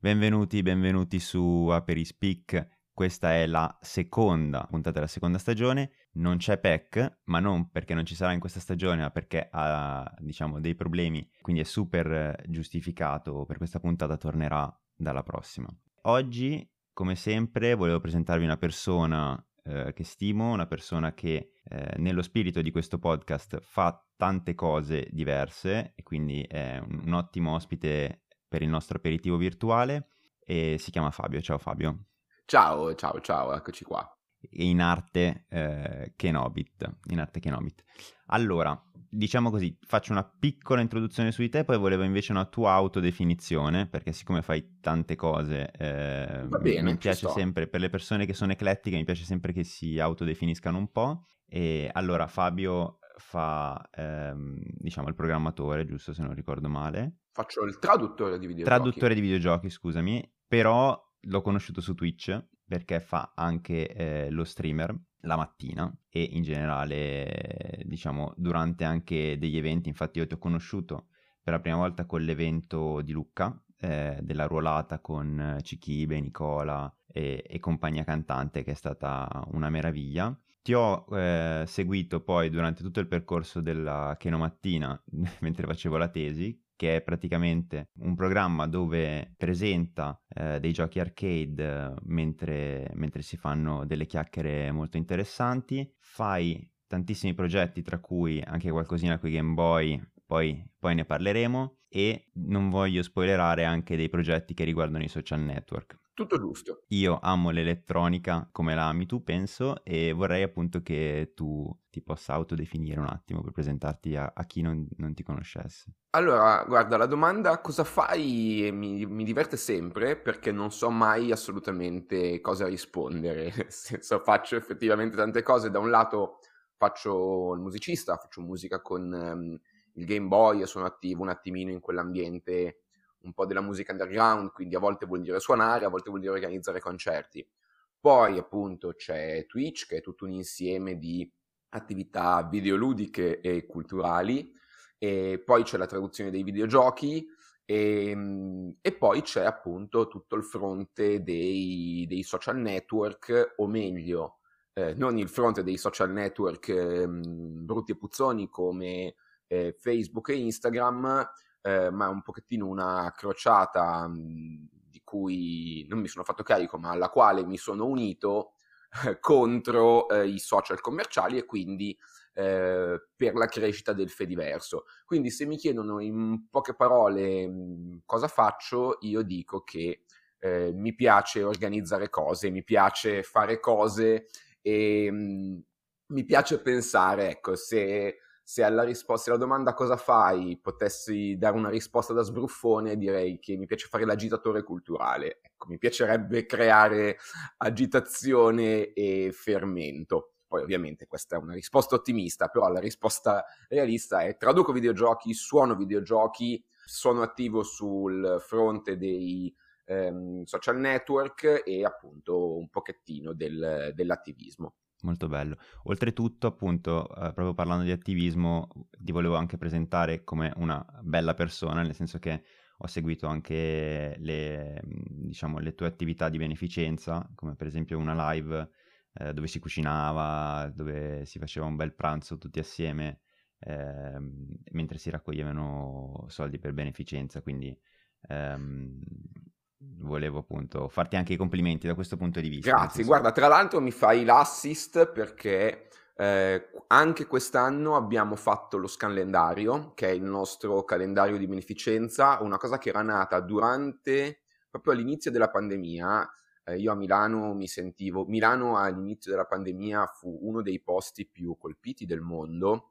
Benvenuti su Aperispeak. Questa è la seconda puntata della seconda stagione. Non c'è Peck, ma non perché non ci sarà in questa stagione, ma perché ha, dei problemi, quindi è super giustificato. Per questa puntata tornerà dalla prossima. Oggi, come sempre, volevo presentarvi una persona che stimo, una persona che nello spirito di questo podcast fa tante cose diverse e quindi è un ottimo ospite per il nostro aperitivo virtuale e si chiama Fabio. Ciao Fabio. Ciao, eccoci qua. In arte Kenobit. Allora, diciamo così, faccio una piccola introduzione su di te, poi volevo invece una tua autodefinizione, perché siccome fai tante cose, Va mi bene, ci piace sto. sempre, per le persone che sono eclettiche, mi piace sempre che si autodefiniscano un po'. E allora Fabio fa, il programmatore, giusto se non ricordo male. Faccio il traduttore di videogiochi. Traduttore di videogiochi, scusami, però l'ho conosciuto su Twitch perché fa anche lo streamer la mattina e in generale, durante anche degli eventi. Infatti io ti ho conosciuto per la prima volta con l'evento di Lucca, della ruolata con Cichibe, Nicola e compagnia cantante, che è stata una meraviglia. Ti ho seguito poi durante tutto il percorso della Chenomattina mentre facevo la tesi, che è praticamente un programma dove presenta dei giochi arcade mentre si fanno delle chiacchiere molto interessanti. Fai tantissimi progetti, tra cui anche qualcosina con i Game Boy, poi ne parleremo, e non voglio spoilerare anche dei progetti che riguardano i social network. Tutto giusto. Io amo l'elettronica come la ami tu, penso, e vorrei appunto che tu ti possa autodefinire un attimo per presentarti a chi non ti conoscesse. Allora, guarda, la domanda cosa fai mi diverte sempre perché non so mai assolutamente cosa rispondere. Nel senso, faccio effettivamente tante cose. Da un lato faccio il musicista, faccio musica con il Game Boy e sono attivo un attimino in quell'ambiente un po' della musica underground, quindi a volte vuol dire suonare, a volte vuol dire organizzare concerti. Poi appunto c'è Twitch, che è tutto un insieme di attività videoludiche e culturali, e poi c'è la traduzione dei videogiochi, e poi c'è appunto tutto il fronte dei social network, o meglio, non il fronte dei social network brutti e puzzoni come Facebook e Instagram, ma un pochettino una crociata di cui non mi sono fatto carico, ma alla quale mi sono unito contro i social commerciali, e quindi per la crescita del Fediverso. Quindi se mi chiedono in poche parole cosa faccio, io dico che mi piace organizzare cose, mi piace fare cose e mi piace pensare, ecco, se alla domanda cosa fai potessi dare una risposta da sbruffone, direi che mi piace fare l'agitatore culturale. Ecco, mi piacerebbe creare agitazione e fermento. Poi ovviamente questa è una risposta ottimista, però la risposta realista è: traduco videogiochi, suono videogiochi, sono attivo sul fronte dei social network e appunto un pochettino dell'attivismo. Molto bello. Oltretutto, appunto, proprio parlando di attivismo, ti volevo anche presentare come una bella persona, nel senso che ho seguito anche le tue attività di beneficenza, come per esempio una live dove si cucinava, dove si faceva un bel pranzo tutti assieme, mentre si raccoglievano soldi per beneficenza, quindi ehm, volevo appunto farti anche i complimenti da questo punto di vista, nel Grazie, senso. guarda, tra l'altro mi fai l'assist perché anche quest'anno abbiamo fatto lo scanlendario, che è il nostro calendario di beneficenza, una cosa che era nata durante, proprio all'inizio della pandemia. Io a Milano Milano all'inizio della pandemia fu uno dei posti più colpiti del mondo,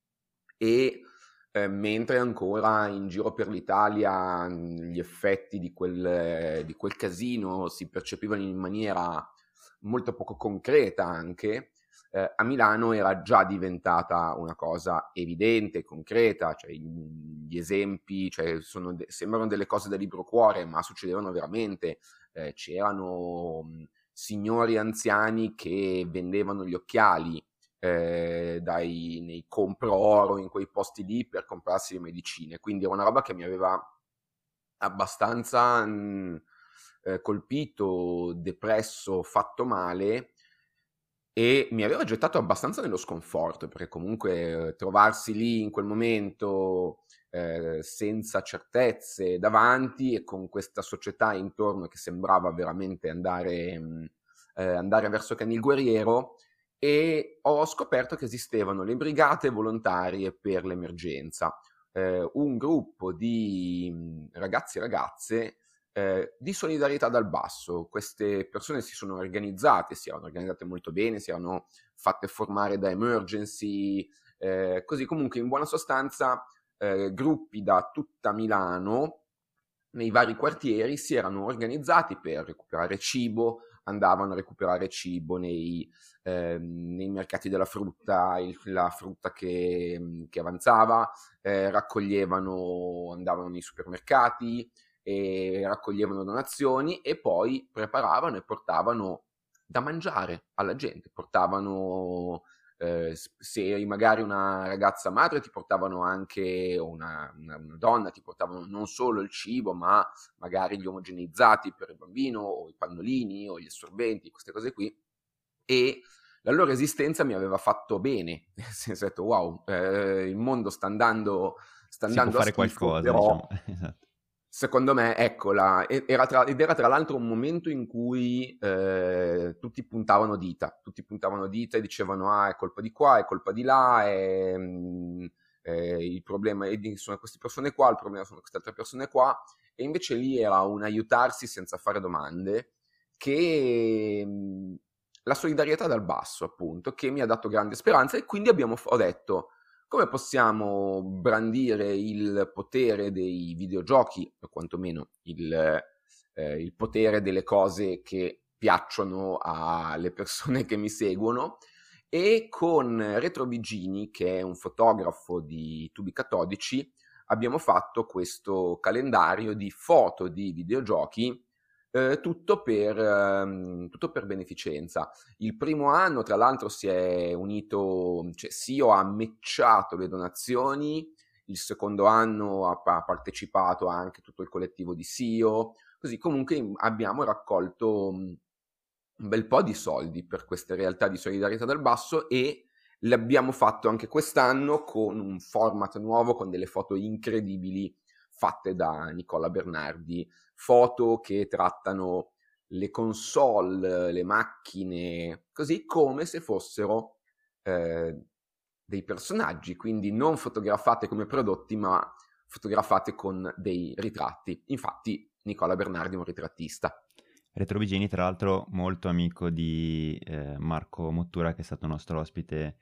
e mentre ancora in giro per l'Italia gli effetti di quel casino si percepivano in maniera molto poco concreta anche, a Milano era già diventata una cosa evidente, concreta, cioè gli esempi, cioè, sembrano delle cose da libro cuore, ma succedevano veramente. C'erano signori anziani che vendevano gli occhiali nei compro oro, in quei posti lì, per comprarsi le medicine. Quindi era una roba che mi aveva abbastanza colpito, depresso, fatto male, e mi aveva gettato abbastanza nello sconforto, perché comunque trovarsi lì in quel momento senza certezze davanti e con questa società intorno che sembrava veramente andare verso Canil Guerriero, e ho scoperto che esistevano le brigate volontarie per l'emergenza, un gruppo di ragazzi e ragazze di solidarietà dal basso. Queste persone si erano organizzate molto bene, si erano fatte formare da Emergency, così comunque in buona sostanza gruppi da tutta Milano nei vari quartieri si erano organizzati per recuperare cibo, andavano a recuperare cibo nei mercati della frutta, la frutta che avanzava, andavano nei supermercati e raccoglievano donazioni e poi preparavano e portavano da mangiare alla gente, portavano se eri magari una ragazza madre ti portavano anche, o una donna ti portavano non solo il cibo ma magari gli omogeneizzati per il bambino o i pannolini o gli assorbenti, queste cose qui, e la loro esistenza mi aveva fatto bene, nel senso ho detto wow, il mondo sta andando Si può a fare schifo, qualcosa, però diciamo. Esatto. secondo me, ecco, era tra l'altro un momento in cui tutti puntavano dita e dicevano ah, è colpa di qua, è colpa di là, il problema sono queste persone qua, il problema sono queste altre persone qua, e invece lì era un aiutarsi senza fare domande, che la solidarietà dal basso, appunto, che mi ha dato grande speranza, e quindi ho detto come possiamo brandire il potere dei videogiochi, o quantomeno il potere delle cose che piacciono alle persone che mi seguono, e con Retro Vigini, che è un fotografo di tubi catodici, abbiamo fatto questo calendario di foto di videogiochi, tutto per beneficenza. Il primo anno, tra l'altro, si è unito, cioè Sio ha matchato le donazioni, il secondo anno ha partecipato anche tutto il collettivo di Sio, così comunque abbiamo raccolto un bel po' di soldi per queste realtà di solidarietà dal basso, e l'abbiamo fatto anche quest'anno con un format nuovo, con delle foto incredibili fatte da Nicola Bernardi, foto che trattano le console, le macchine, così come se fossero dei personaggi, quindi non fotografate come prodotti, ma fotografate con dei ritratti. Infatti Nicola Bernardi è un ritrattista. Retrovigini, tra l'altro, molto amico di Marco Mottura, che è stato nostro ospite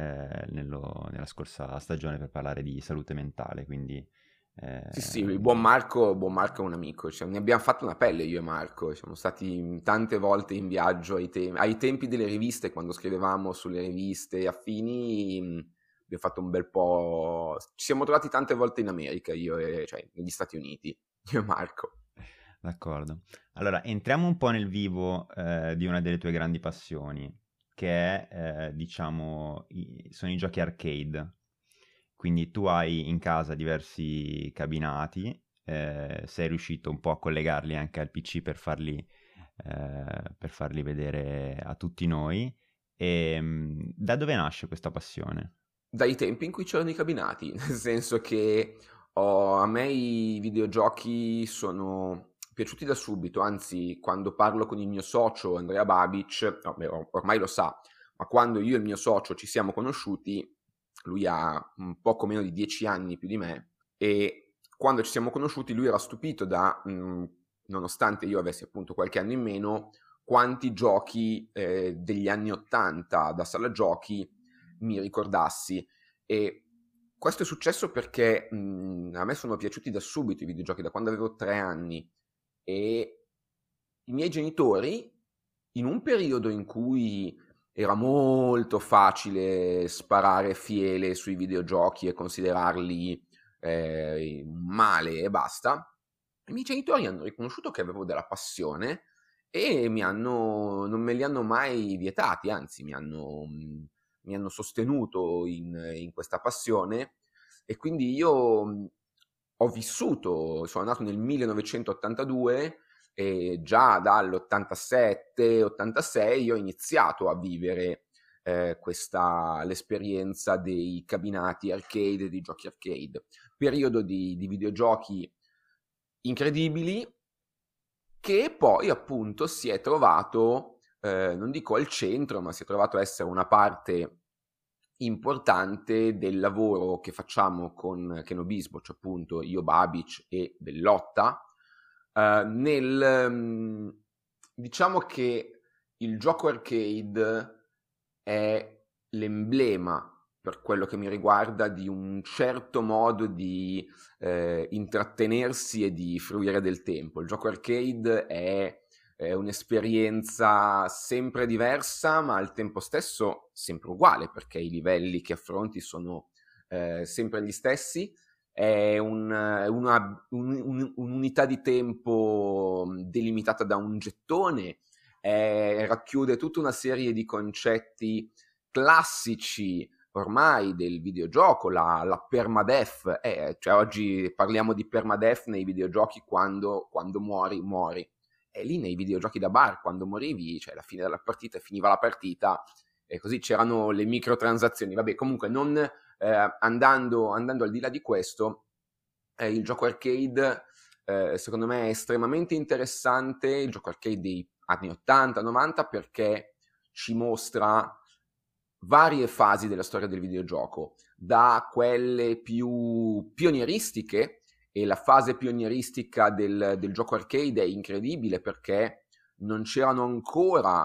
nella scorsa stagione per parlare di salute mentale, quindi Sì, sì, il buon Marco è un amico, cioè, ne abbiamo fatto una pelle io e Marco, siamo stati tante volte in viaggio ai tempi delle riviste, quando scrivevamo sulle riviste affini, abbiamo fatto un bel po', ci siamo trovati tante volte in America, cioè negli Stati Uniti, io e Marco. d'accordo. Allora, entriamo un po' nel vivo di una delle tue grandi passioni, che è, diciamo, sono i giochi arcade. Quindi tu hai in casa diversi cabinati, sei riuscito un po' a collegarli anche al PC per farli vedere a tutti noi. E da dove nasce questa passione? Dai tempi in cui c'erano i cabinati, nel senso che a me i videogiochi sono piaciuti da subito, anzi quando parlo con il mio socio Andrea Babic, no, beh, ormai lo sa, ma quando io e il mio socio ci siamo conosciuti, lui ha un poco meno di 10 anni più di me, e quando ci siamo conosciuti lui era stupito nonostante io avessi appunto qualche anno in meno, quanti giochi degli anni 80 da sala giochi mi ricordassi. E questo è successo perché a me sono piaciuti da subito i videogiochi, da quando avevo 3 anni, e i miei genitori, in un periodo in cui era molto facile sparare fiele sui videogiochi e considerarli un male e basta, i miei genitori hanno riconosciuto che avevo della passione e non me li hanno mai vietati, anzi mi hanno sostenuto in questa passione, e quindi io ho vissuto, sono nato nel 1982 e già dall'87-86 ho iniziato a vivere l'esperienza dei cabinati arcade, dei giochi arcade. Periodo di videogiochi incredibili che poi appunto si è trovato, non dico al centro, ma si è trovato a essere una parte importante del lavoro che facciamo con Kenobismo, cioè appunto io, Babic e Bellotta, diciamo che il gioco arcade è l'emblema, per quello che mi riguarda, di un certo modo di intrattenersi e di fruire del tempo. Il gioco arcade è un'esperienza sempre diversa, ma al tempo stesso sempre uguale, perché i livelli che affronti sono sempre gli stessi. È un'unità di tempo delimitata da un gettone, racchiude tutta una serie di concetti classici ormai del videogioco, la permadeath, cioè oggi parliamo di permadeath nei videogiochi quando muori. E lì nei videogiochi da bar, quando morivi, cioè alla fine della partita, finiva la partita, e così c'erano le microtransazioni. Vabbè, comunque non andando al di là di questo, il gioco arcade secondo me è estremamente interessante, il gioco arcade dei anni 80-90, perché ci mostra varie fasi della storia del videogioco, da quelle più pionieristiche, e la fase pionieristica del gioco arcade è incredibile perché non si erano ancora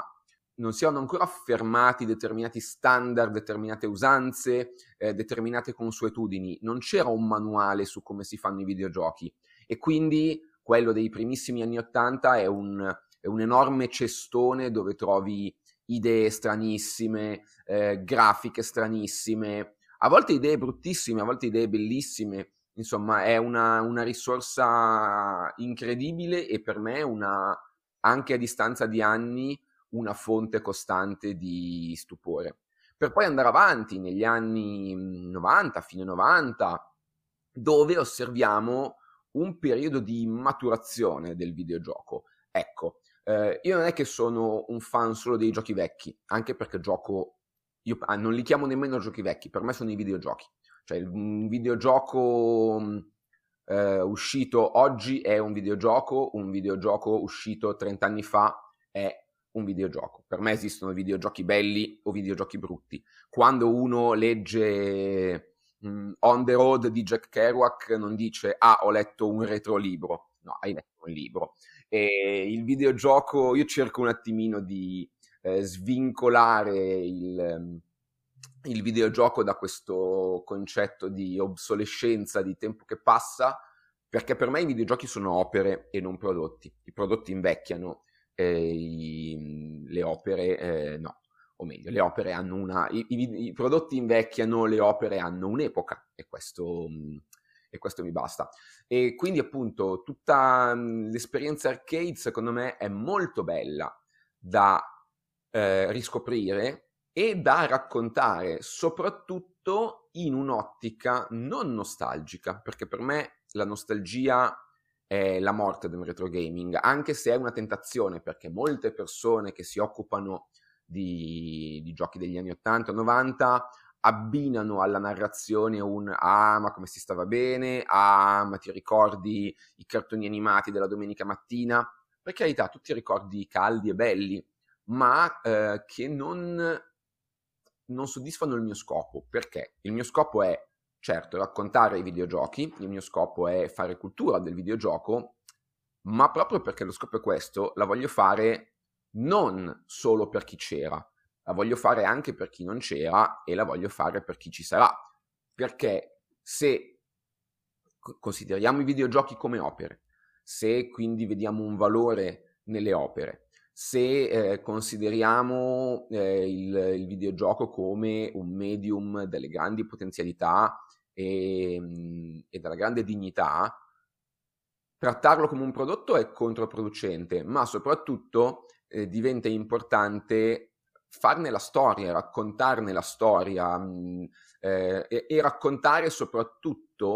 affermati determinati standard, determinate usanze, determinate consuetudini, non c'era un manuale su come si fanno i videogiochi, e quindi quello dei primissimi anni 80 è un enorme cestone dove trovi idee stranissime, grafiche stranissime, a volte idee bruttissime, a volte idee bellissime. Insomma, è una risorsa incredibile, e per me anche a distanza di anni, una fonte costante di stupore. Per poi andare avanti negli anni 90, fine 90, dove osserviamo un periodo di maturazione del videogioco. Ecco, io non è che sono un fan solo dei giochi vecchi, anche perché io non li chiamo nemmeno giochi vecchi, per me sono i videogiochi. Cioè un videogioco uscito oggi è un videogioco uscito 30 anni fa è un videogioco. Per me esistono videogiochi belli o videogiochi brutti. Quando uno legge On the Road di Jack Kerouac non dice ho letto un retrolibro, no, hai letto un libro. E il videogioco, io cerco un attimino di svincolare il videogioco da questo concetto di obsolescenza, di tempo che passa, perché per me i videogiochi sono opere e non prodotti. I prodotti invecchiano, le opere no. O meglio, le opere hanno i prodotti invecchiano, le opere hanno un'epoca, e questo mi basta. E quindi appunto tutta l'esperienza arcade secondo me è molto bella da riscoprire e da raccontare, soprattutto in un'ottica non nostalgica, perché per me la nostalgia è la morte del retro gaming, anche se è una tentazione, perché molte persone che si occupano di giochi degli anni 80-90 abbinano alla narrazione ma come si stava bene, ma ti ricordi i cartoni animati della domenica mattina? Per carità, tutti ricordi caldi e belli, ma che non soddisfano il mio scopo. Perché? Il mio scopo è, certo, raccontare i videogiochi, il mio scopo è fare cultura del videogioco, ma proprio perché lo scopo è questo, la voglio fare non solo per chi c'era, la voglio fare anche per chi non c'era, e la voglio fare per chi ci sarà. Perché se consideriamo i videogiochi come opere, se quindi vediamo un valore nelle opere, se consideriamo il videogioco come un medium delle grandi potenzialità e della grande dignità, trattarlo come un prodotto è controproducente, ma soprattutto diventa importante farne la storia, raccontarne la storia, e raccontare soprattutto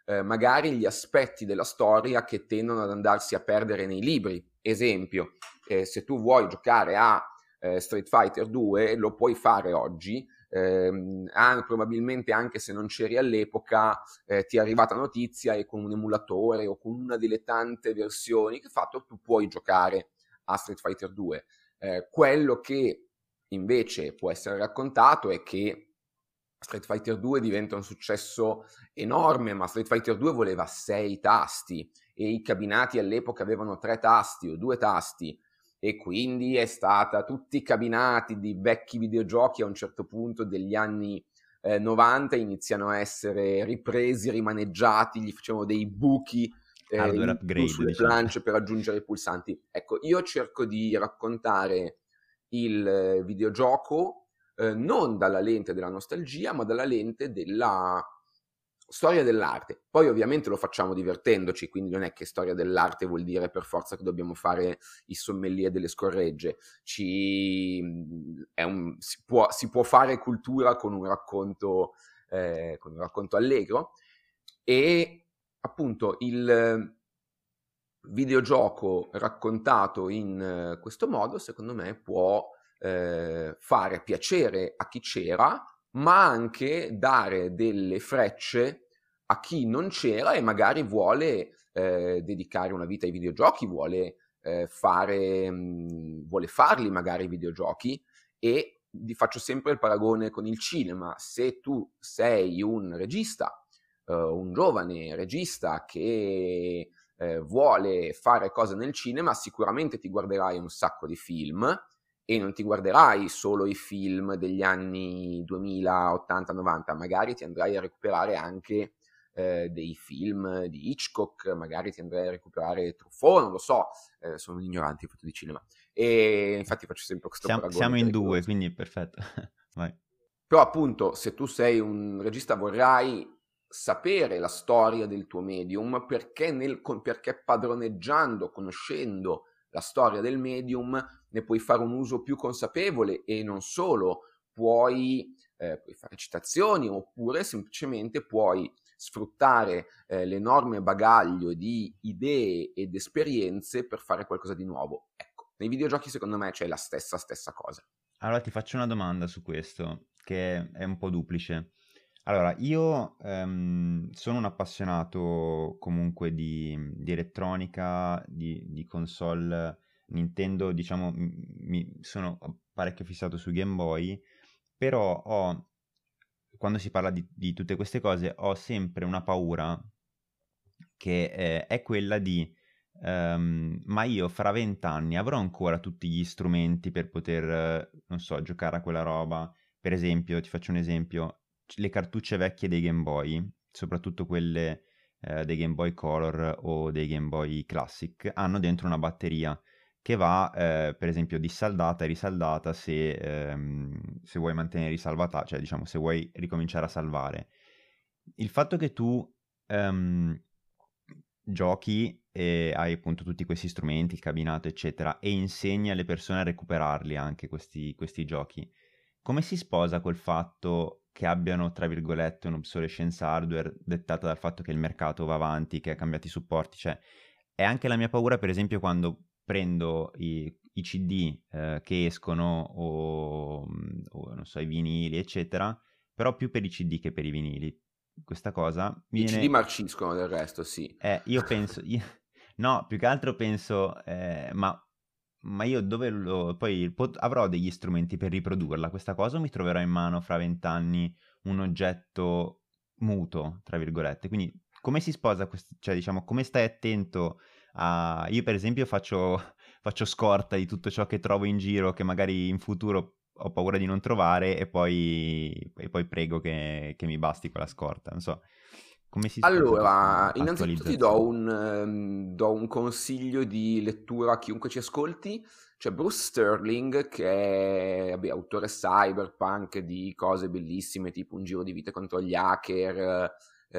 magari gli aspetti della storia che tendono ad andarsi a perdere nei libri. Esempio, se tu vuoi giocare a Street Fighter 2 lo puoi fare oggi, probabilmente anche se non c'eri all'epoca ti è arrivata notizia e con un emulatore o con una delle tante versioni che fatto tu puoi giocare a Street Fighter 2. Quello che invece può essere raccontato è che Street Fighter 2 diventa un successo enorme, ma Street Fighter 2 voleva 6 tasti e i cabinati all'epoca avevano 3 tasti o 2 tasti, e quindi è stata tutti i cabinati di vecchi videogiochi a un certo punto degli anni 90 iniziano a essere ripresi, rimaneggiati, gli facevano dei buchi Hardware upgrade, sulle diciamo. planche per aggiungere i pulsanti. Ecco, io cerco di raccontare il videogioco non dalla lente della nostalgia, ma dalla lente della storia dell'arte. Poi ovviamente lo facciamo divertendoci, quindi non è che storia dell'arte vuol dire per forza che dobbiamo fare i sommelier delle scorregge. Si può fare cultura con un racconto allegro, e appunto il videogioco raccontato in questo modo, secondo me, può fare piacere a chi c'era, ma anche dare delle frecce a chi non c'era e magari vuole dedicare una vita ai videogiochi, vuole farli magari i videogiochi. E vi faccio sempre il paragone con il cinema: se tu sei un regista, un giovane regista che vuole fare cose nel cinema, sicuramente ti guarderai un sacco di film e non ti guarderai solo i film degli anni 2000, 80, 90, magari ti andrai a recuperare anche dei film di Hitchcock, magari ti andrai a recuperare Truffaut, non lo so, sono un ignorante in fatto di cinema, e infatti faccio sempre questo paragone. Siamo in due, quindi è perfetto. Vai. Però appunto, se tu sei un regista vorrai sapere la storia del tuo medium, perché padroneggiando, conoscendo la storia del medium, ne puoi fare un uso più consapevole, e non solo, puoi fare citazioni, oppure semplicemente puoi sfruttare l'enorme bagaglio di idee ed esperienze per fare qualcosa di nuovo. Ecco, nei videogiochi secondo me c'è la stessa cosa. Allora ti faccio una domanda su questo, che è un po' duplice. Allora, io sono un appassionato comunque di elettronica, di console Nintendo, diciamo, sono parecchio fissato su Game Boy, però quando si parla di tutte queste cose, ho sempre una paura che è quella di, ma io fra 20 anni avrò ancora tutti gli strumenti per poter, non so, giocare a quella roba. Per esempio, ti faccio un esempio, le cartucce vecchie dei Game Boy, soprattutto quelle dei Game Boy Color o dei Game Boy Classic, hanno dentro una batteria che va, per esempio, dissaldata e risaldata se vuoi mantenere i salvataggi, cioè diciamo se vuoi ricominciare a salvare. Il fatto che tu giochi e hai appunto tutti questi strumenti, il cabinato, eccetera, e insegni alle persone a recuperarli anche questi giochi, come si sposa col fatto che abbiano, tra virgolette, un'obsolescenza hardware dettata dal fatto che il mercato va avanti, che ha cambiato i supporti? Cioè, è anche la mia paura, per esempio, quando prendo i CD che escono o non so, i vinili, eccetera, però più per i CD che per i vinili. Questa cosa mi I CD viene... marciscono del resto, sì. io penso... no, più che altro penso, ma io dove lo... Poi avrò degli strumenti per riprodurla questa cosa, o mi troverò in mano fra 20 anni un oggetto muto, tra virgolette? Quindi come si sposa questo? Cioè, diciamo, come stai attento a... Io per esempio faccio scorta di tutto ciò che trovo in giro, che magari in futuro ho paura di non trovare, e poi prego che mi basti quella scorta. Non so, come si sposa Allora, questa innanzitutto ti do attualizzazione? un consiglio di lettura a chiunque ci ascolti. C'è Bruce Sterling, che è, vabbè, autore cyberpunk di cose bellissime, tipo Un giro di vite contro gli hacker,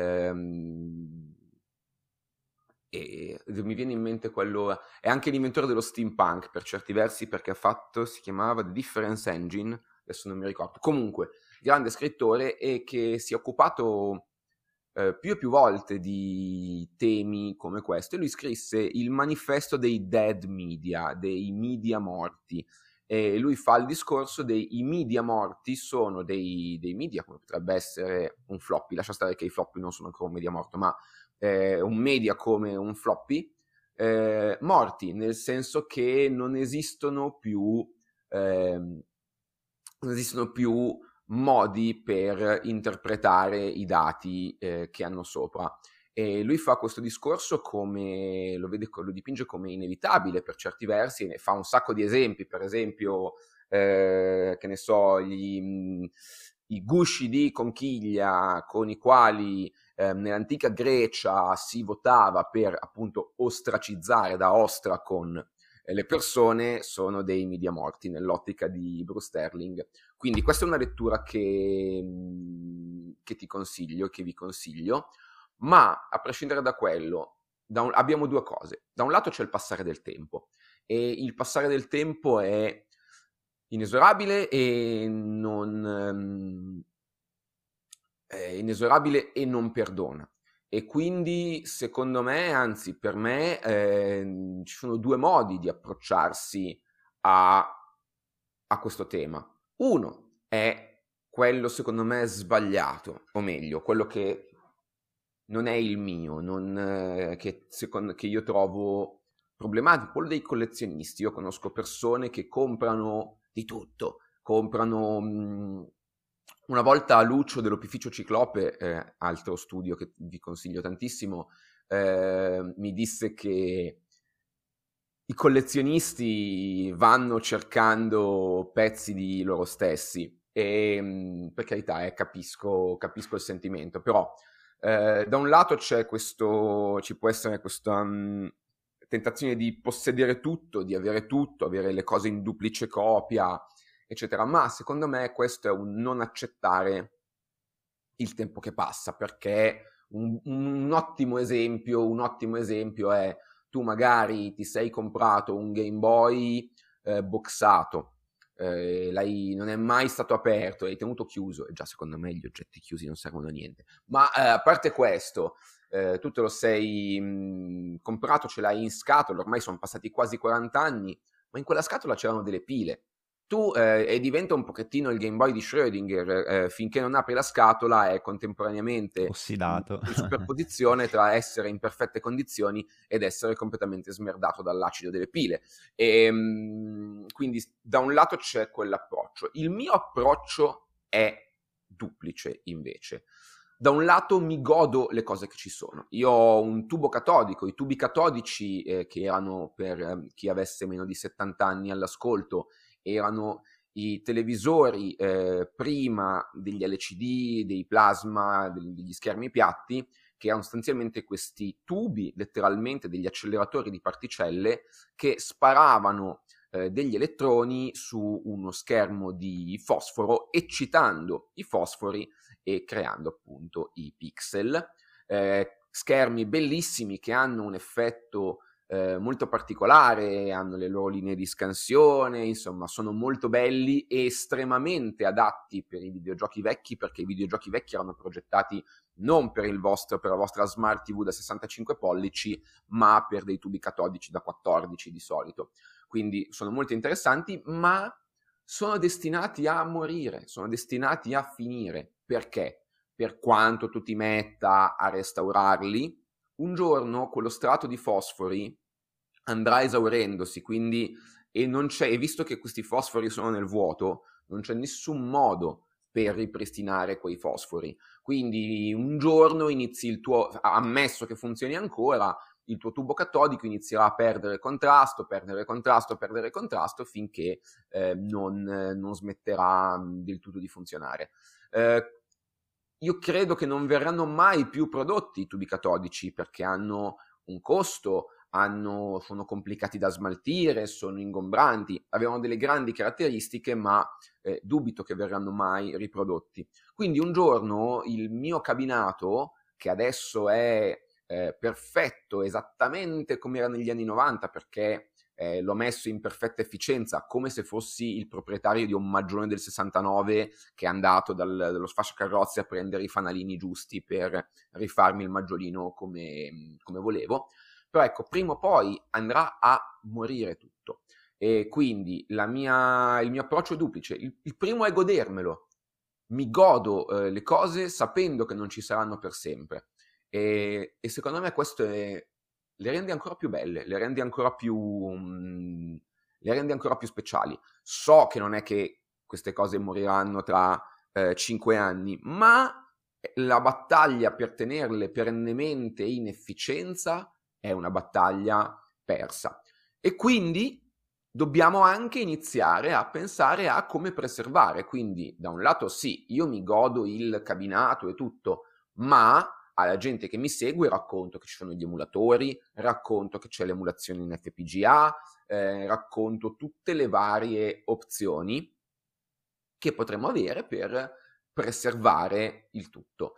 e mi viene in mente quello, è anche l'inventore dello steampunk per certi versi, perché si chiamava The Difference Engine, adesso non mi ricordo. Comunque, grande scrittore, e che si è occupato più e più volte di temi come questo, e lui scrisse il manifesto dei dead media, dei media morti, e lui fa il discorso dei media morti sono dei media, come potrebbe essere un floppy, lascia stare che i floppy non sono ancora un media morto, ma un media come un floppy, morti, nel senso che non esistono più modi per interpretare i dati che hanno sopra. E lui fa questo discorso come lo dipinge come inevitabile per certi versi, e ne fa un sacco di esempi, per esempio, che ne so, i gusci di conchiglia con i quali nell'antica Grecia si votava per appunto ostracizzare, da ostracon, le persone, sono dei media morti nell'ottica di Bruce Sterling. Quindi questa è una lettura che ti consiglio, che vi consiglio, ma a prescindere da quello, abbiamo due cose. Da un lato c'è il passare del tempo, e il passare del tempo è inesorabile e non perdona. E quindi secondo me, anzi per me, ci sono due modi di approcciarsi a questo tema. Uno è quello secondo me sbagliato, o meglio, quello che non è il mio, che io trovo problematico, quello dei collezionisti. Io conosco persone che comprano di tutto, comprano... Una volta Lucio dell'Opificio Ciclope, altro studio che vi consiglio tantissimo, mi disse che i collezionisti vanno cercando pezzi di loro stessi, e per carità, capisco il sentimento, però da un lato ci può essere questa tentazione di possedere tutto, di avere tutto, avere le cose in duplice copia, eccetera, ma secondo me questo è un non accettare il tempo che passa, perché un ottimo esempio è: tu magari ti sei comprato un Game Boy boxato, non è mai stato aperto, l'hai tenuto chiuso, e già secondo me gli oggetti chiusi non servono a niente, ma a parte questo, tu te lo sei comprato, ce l'hai in scatola, ormai sono passati quasi 40 anni, ma in quella scatola c'erano delle pile. Tu e diventa un pochettino il Game Boy di Schrödinger, finché non apri la scatola è contemporaneamente Ossidato. in superposizione tra essere in perfette condizioni ed essere completamente smerdato dall'acido delle pile. Quindi da un lato c'è quell'approccio. Il mio approccio è duplice invece. Da un lato mi godo le cose che ci sono. Io ho un tubo catodico, i tubi catodici che erano, per chi avesse meno di 70 anni all'ascolto, erano i televisori prima degli LCD, dei plasma, degli schermi piatti, che erano sostanzialmente questi tubi, letteralmente degli acceleratori di particelle, che sparavano degli elettroni su uno schermo di fosforo, eccitando i fosfori e creando appunto i pixel. Schermi bellissimi che hanno un effetto molto particolare, hanno le loro linee di scansione, insomma sono molto belli e estremamente adatti per i videogiochi vecchi, perché i videogiochi vecchi erano progettati non per la vostra Smart TV da 65 pollici, ma per dei tubi catodici da 14 di solito. Quindi sono molto interessanti, ma sono destinati a morire, sono destinati a finire. Perché? Per quanto tu ti metta a restaurarli, un giorno quello strato di fosfori andrà esaurendosi, quindi, e visto che questi fosfori sono nel vuoto, non c'è nessun modo per ripristinare quei fosfori. Quindi un giorno ammesso che funzioni ancora, il tuo tubo catodico inizierà a perdere contrasto finché non smetterà del tutto di funzionare. Io credo che non verranno mai più prodotti i tubi catodici, perché hanno un costo, sono complicati da smaltire, sono ingombranti, avevano delle grandi caratteristiche, ma dubito che verranno mai riprodotti. Quindi un giorno il mio cabinato, che adesso è perfetto, esattamente come era negli anni 90, perché l'ho messo in perfetta efficienza, come se fossi il proprietario di un Maggione del 69 che è andato dallo sfasciacarrozze a prendere i fanalini giusti per rifarmi il maggiolino come volevo. Però ecco, prima o poi andrà a morire tutto. E quindi il mio approccio è duplice. Il primo è godermelo. Mi godo le cose sapendo che non ci saranno per sempre. E secondo me questo le rende ancora più belle, le rende ancora più speciali. So che non è che queste cose moriranno tra 5 anni, ma la battaglia per tenerle perennemente in efficienza è una battaglia persa. E quindi dobbiamo anche iniziare a pensare a come preservare. Quindi, da un lato sì, io mi godo il cabinato e tutto, ma alla gente che mi segue racconto che ci sono gli emulatori, racconto che c'è l'emulazione in FPGA, racconto tutte le varie opzioni che potremmo avere per preservare il tutto.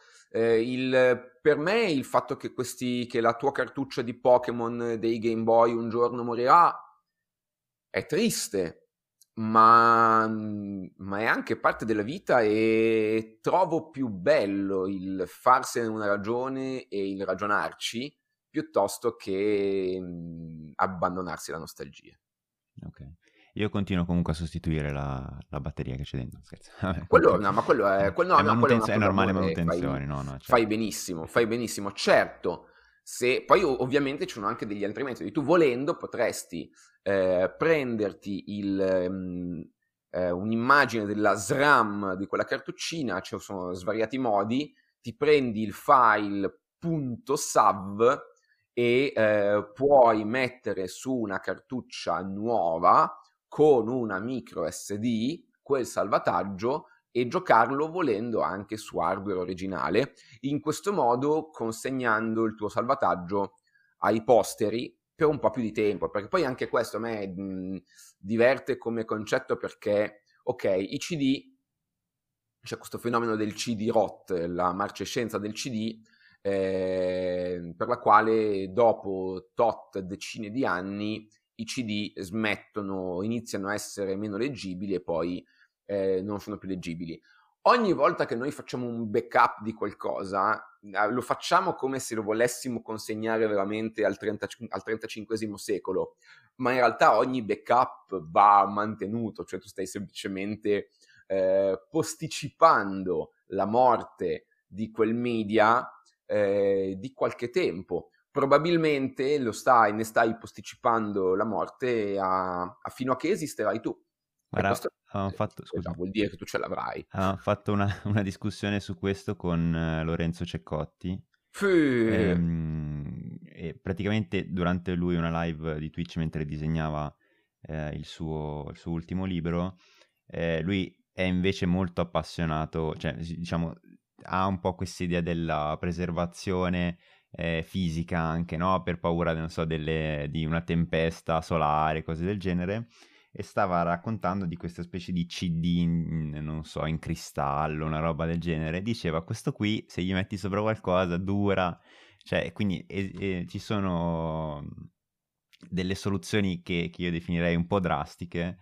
Per me il fatto che la tua cartuccia di Pokémon dei Game Boy un giorno morirà è triste, ma è anche parte della vita, e trovo più bello il farsene una ragione e il ragionarci piuttosto che abbandonarsi alla nostalgia. Ok. Io continuo comunque a sostituire la batteria che c'è dentro, scherzo. Vabbè, Quello, comunque, no, ma quello è, quello è, è un è atto normale d'amore, manutenzione, no, no, fai certo. benissimo, fai benissimo. Certo, se poi ovviamente ci sono anche degli altri metodi. Tu volendo potresti prenderti un'immagine della SRAM di quella cartuccina, ci sono svariati modi, ti prendi il file .sav e puoi mettere su una cartuccia nuova con una micro SD quel salvataggio e giocarlo volendo anche su hardware originale, in questo modo consegnando il tuo salvataggio ai posteri per un po' più di tempo, perché poi anche questo a me diverte come concetto, perché ok, i CD, c'è questo fenomeno del CD-ROT, la marcescenza del CD, per la quale dopo tot decine di anni i CD iniziano a essere meno leggibili e poi non sono più leggibili. Ogni volta che noi facciamo un backup di qualcosa, lo facciamo come se lo volessimo consegnare veramente al 35 secolo, ma in realtà ogni backup va mantenuto, cioè tu stai semplicemente posticipando la morte di quel media di qualche tempo. Probabilmente ne stai posticipando la morte fino a che esisterai tu. E Guarda, questo scusami, vuol dire che tu ce l'avrai. avevamo fatto una discussione su questo con Lorenzo Ceccotti. Fù. E praticamente durante lui una live di Twitch mentre disegnava il suo ultimo libro, lui è invece molto appassionato, cioè diciamo ha un po' questa idea della preservazione fisica anche, no? Per paura, non so, di una tempesta solare, cose del genere. E stava raccontando di questa specie di CD, non so, in cristallo, una roba del genere. Diceva, questo qui, se gli metti sopra qualcosa, dura. Cioè, quindi ci sono delle soluzioni che io definirei un po' drastiche,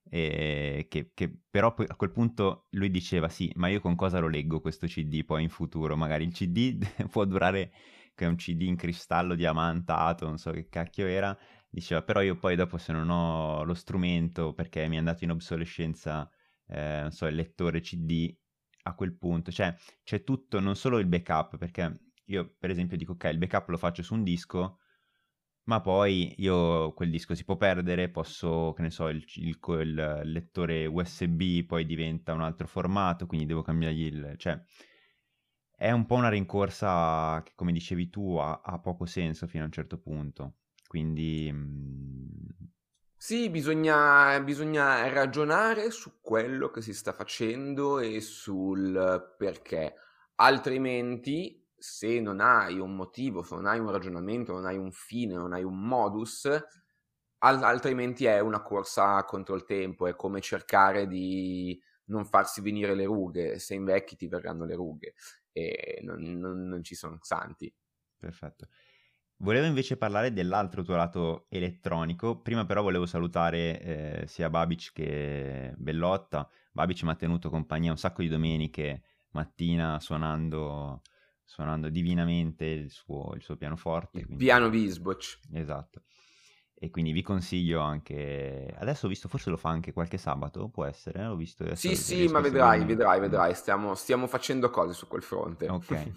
che però poi a quel punto lui diceva, sì, ma io con cosa lo leggo questo CD poi in futuro? Magari il CD può durare, che è un CD in cristallo diamantato, non so che cacchio era. Diceva, però io poi dopo se non ho lo strumento perché mi è andato in obsolescenza, non so, il lettore CD, a quel punto, cioè c'è tutto, non solo il backup, perché io per esempio dico, ok, il backup lo faccio su un disco, ma poi io quel disco si può perdere, posso, che ne so, il lettore USB poi diventa un altro formato, quindi devo cambiargli cioè è un po' una rincorsa che, come dicevi tu, ha poco senso fino a un certo punto. Quindi Sì, bisogna ragionare su quello che si sta facendo e sul perché. Altrimenti, se non hai un motivo, se non hai un ragionamento, non hai un fine, non hai un modus, altrimenti è una corsa contro il tempo, è come cercare di non farsi venire le rughe. Se invecchi ti verranno le rughe e non ci sono santi. perfetto. Volevo invece parlare dell'altro tuo lato elettronico. Prima però volevo salutare sia Babic che Bellotta. Babic mi ha tenuto compagnia un sacco di domeniche mattina suonando divinamente il suo pianoforte. Il Quindi, piano Visboc. esatto. E quindi vi consiglio anche... Adesso ho visto, forse lo fa anche qualche sabato, può essere, l'ho visto adesso, Sì, sì, ma riesco a seguirlo vedrai, meglio. vedrai, Mm. vedrai, stiamo facendo cose su quel fronte. Ok.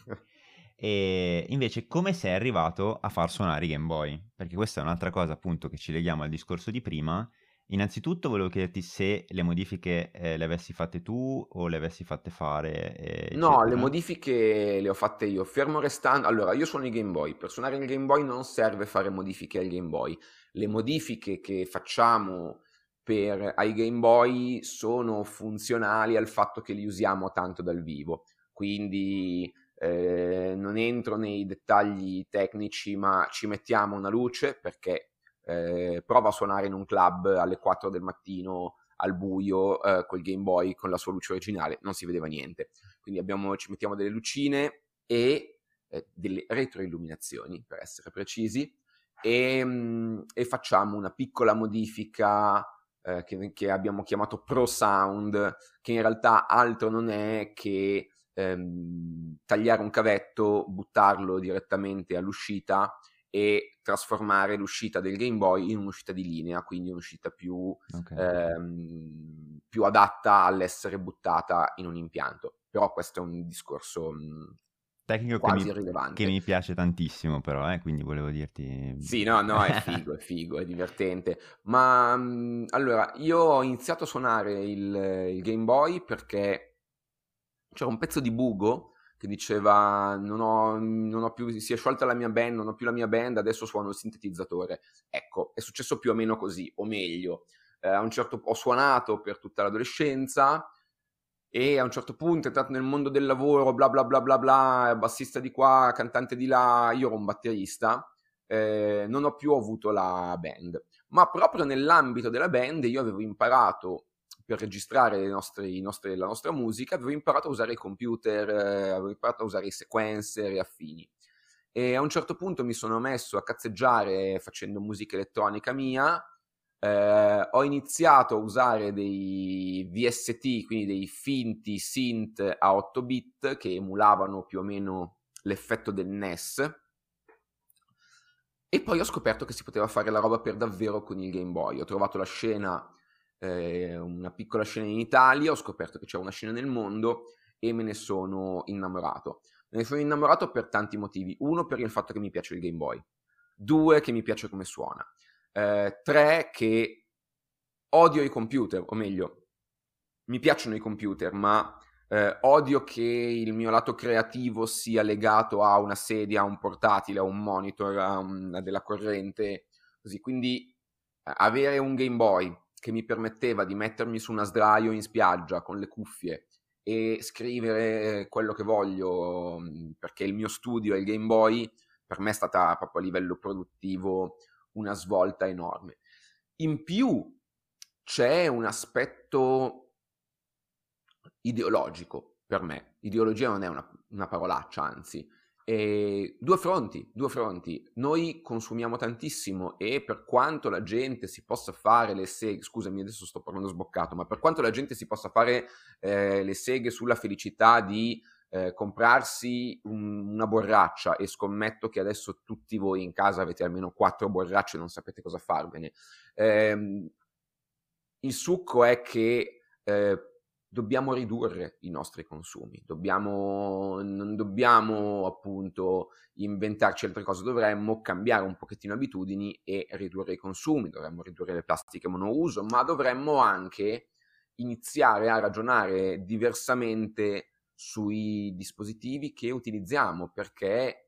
E invece come sei arrivato a far suonare i Game Boy? Perché questa è un'altra cosa appunto che ci leghiamo al discorso di prima. Innanzitutto volevo chiederti se le modifiche le avessi fatte tu o le avessi fatte fare, No, le eccetera. modifiche le ho fatte io, fermo restando... Allora, io suono i Game Boy, per suonare il Game Boy non serve fare modifiche al Game Boy. Le modifiche che facciamo ai Game Boy sono funzionali al fatto che li usiamo tanto dal vivo. Quindi non entro nei dettagli tecnici, ma ci mettiamo una luce perché prova a suonare in un club alle 4 del mattino al buio col Game Boy con la sua luce originale, non si vedeva niente. Quindi ci mettiamo delle lucine e delle retroilluminazioni, per essere precisi, e facciamo una piccola modifica che abbiamo chiamato Pro Sound, che in realtà altro non è che tagliare un cavetto, buttarlo direttamente all'uscita e trasformare l'uscita del Game Boy in un'uscita di linea, quindi un'uscita più Ok. più adatta all'essere buttata in un impianto. Però questo è un discorso Tecnico quasi che irrilevante. mi piace tantissimo però, quindi volevo dirti... Sì, no, no, è figo, è divertente. Ma allora, io ho iniziato a suonare il Game Boy perché c'era un pezzo di Bugo che diceva non ho più, si è sciolta la mia band, non ho più la mia band, adesso suono il sintetizzatore. Ecco, è successo più o meno così, o meglio, ho suonato per tutta l'adolescenza e a un certo punto è entrato nel mondo del lavoro, bla bla bla bla bla, bassista di qua, cantante di là, io ero un batterista, non ho più avuto la band. Ma proprio nell'ambito della band io avevo imparato, per registrare la nostra musica, avevo imparato a usare i computer, avevo imparato a usare i sequencer e affini. E a un certo punto mi sono messo a cazzeggiare facendo musica elettronica mia. Ho iniziato a usare dei VST, quindi dei finti synth a 8 bit che emulavano più o meno l'effetto del NES. E poi ho scoperto che si poteva fare la roba per davvero con il Game Boy. Ho trovato la scena, una piccola scena in Italia, ho scoperto che c'era una scena nel mondo e me ne sono innamorato. Me ne sono innamorato per tanti motivi. Uno, per il fatto che mi piace il Game Boy. Due, che mi piace come suona. Tre, che odio i computer, o meglio, mi piacciono i computer, ma odio che il mio lato creativo sia legato a una sedia, a un portatile, a un monitor, a della corrente, così. Quindi avere un Game Boy che mi permetteva di mettermi su una sdraio in spiaggia con le cuffie e scrivere quello che voglio, perché il mio studio è il Game Boy, per me è stata proprio a livello produttivo una svolta enorme. In più c'è un aspetto ideologico per me. Ideologia non è una parolaccia, anzi. Due fronti, due fronti. Noi consumiamo tantissimo e per quanto la gente si possa fare le seghe, scusami adesso sto parlando sboccato, ma per quanto la gente si possa fare le seghe sulla felicità di comprarsi una borraccia, e scommetto che adesso tutti voi in casa avete almeno 4 borracce e non sapete cosa farvene, il succo è che dobbiamo ridurre i nostri consumi, non dobbiamo appunto inventarci altre cose, dovremmo cambiare un pochettino abitudini e ridurre i consumi, dovremmo ridurre le plastiche monouso, ma dovremmo anche iniziare a ragionare diversamente sui dispositivi che utilizziamo, perché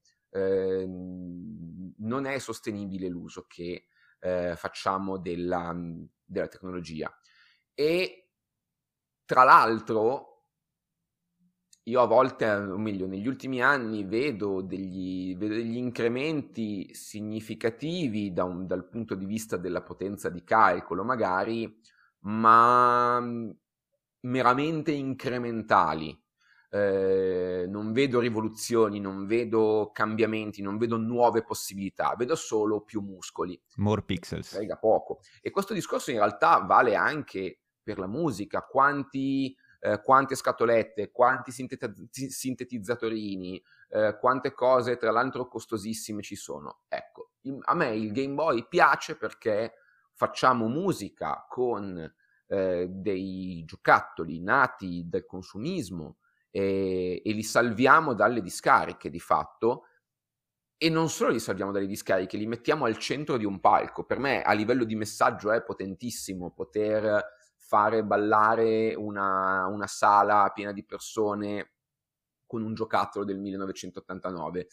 non è sostenibile l'uso che facciamo della tecnologia. E tra l'altro io a volte, o meglio negli ultimi anni, vedo degli incrementi significativi dal punto di vista della potenza di calcolo magari, ma meramente incrementali. non vedo rivoluzioni, non vedo cambiamenti, non vedo nuove possibilità, vedo solo più muscoli. More pixels. Frega poco. E questo discorso in realtà vale anche per la musica. Quante scatolette, quanti sintetizzatori, quante cose tra l'altro costosissime ci sono. Ecco, a me il Game Boy piace perché facciamo musica con dei giocattoli nati dal consumismo e li salviamo dalle discariche di fatto. E non solo li salviamo dalle discariche, li mettiamo al centro di un palco. Per me, a livello di messaggio, è potentissimo poter fare ballare una sala piena di persone con un giocattolo del 1989.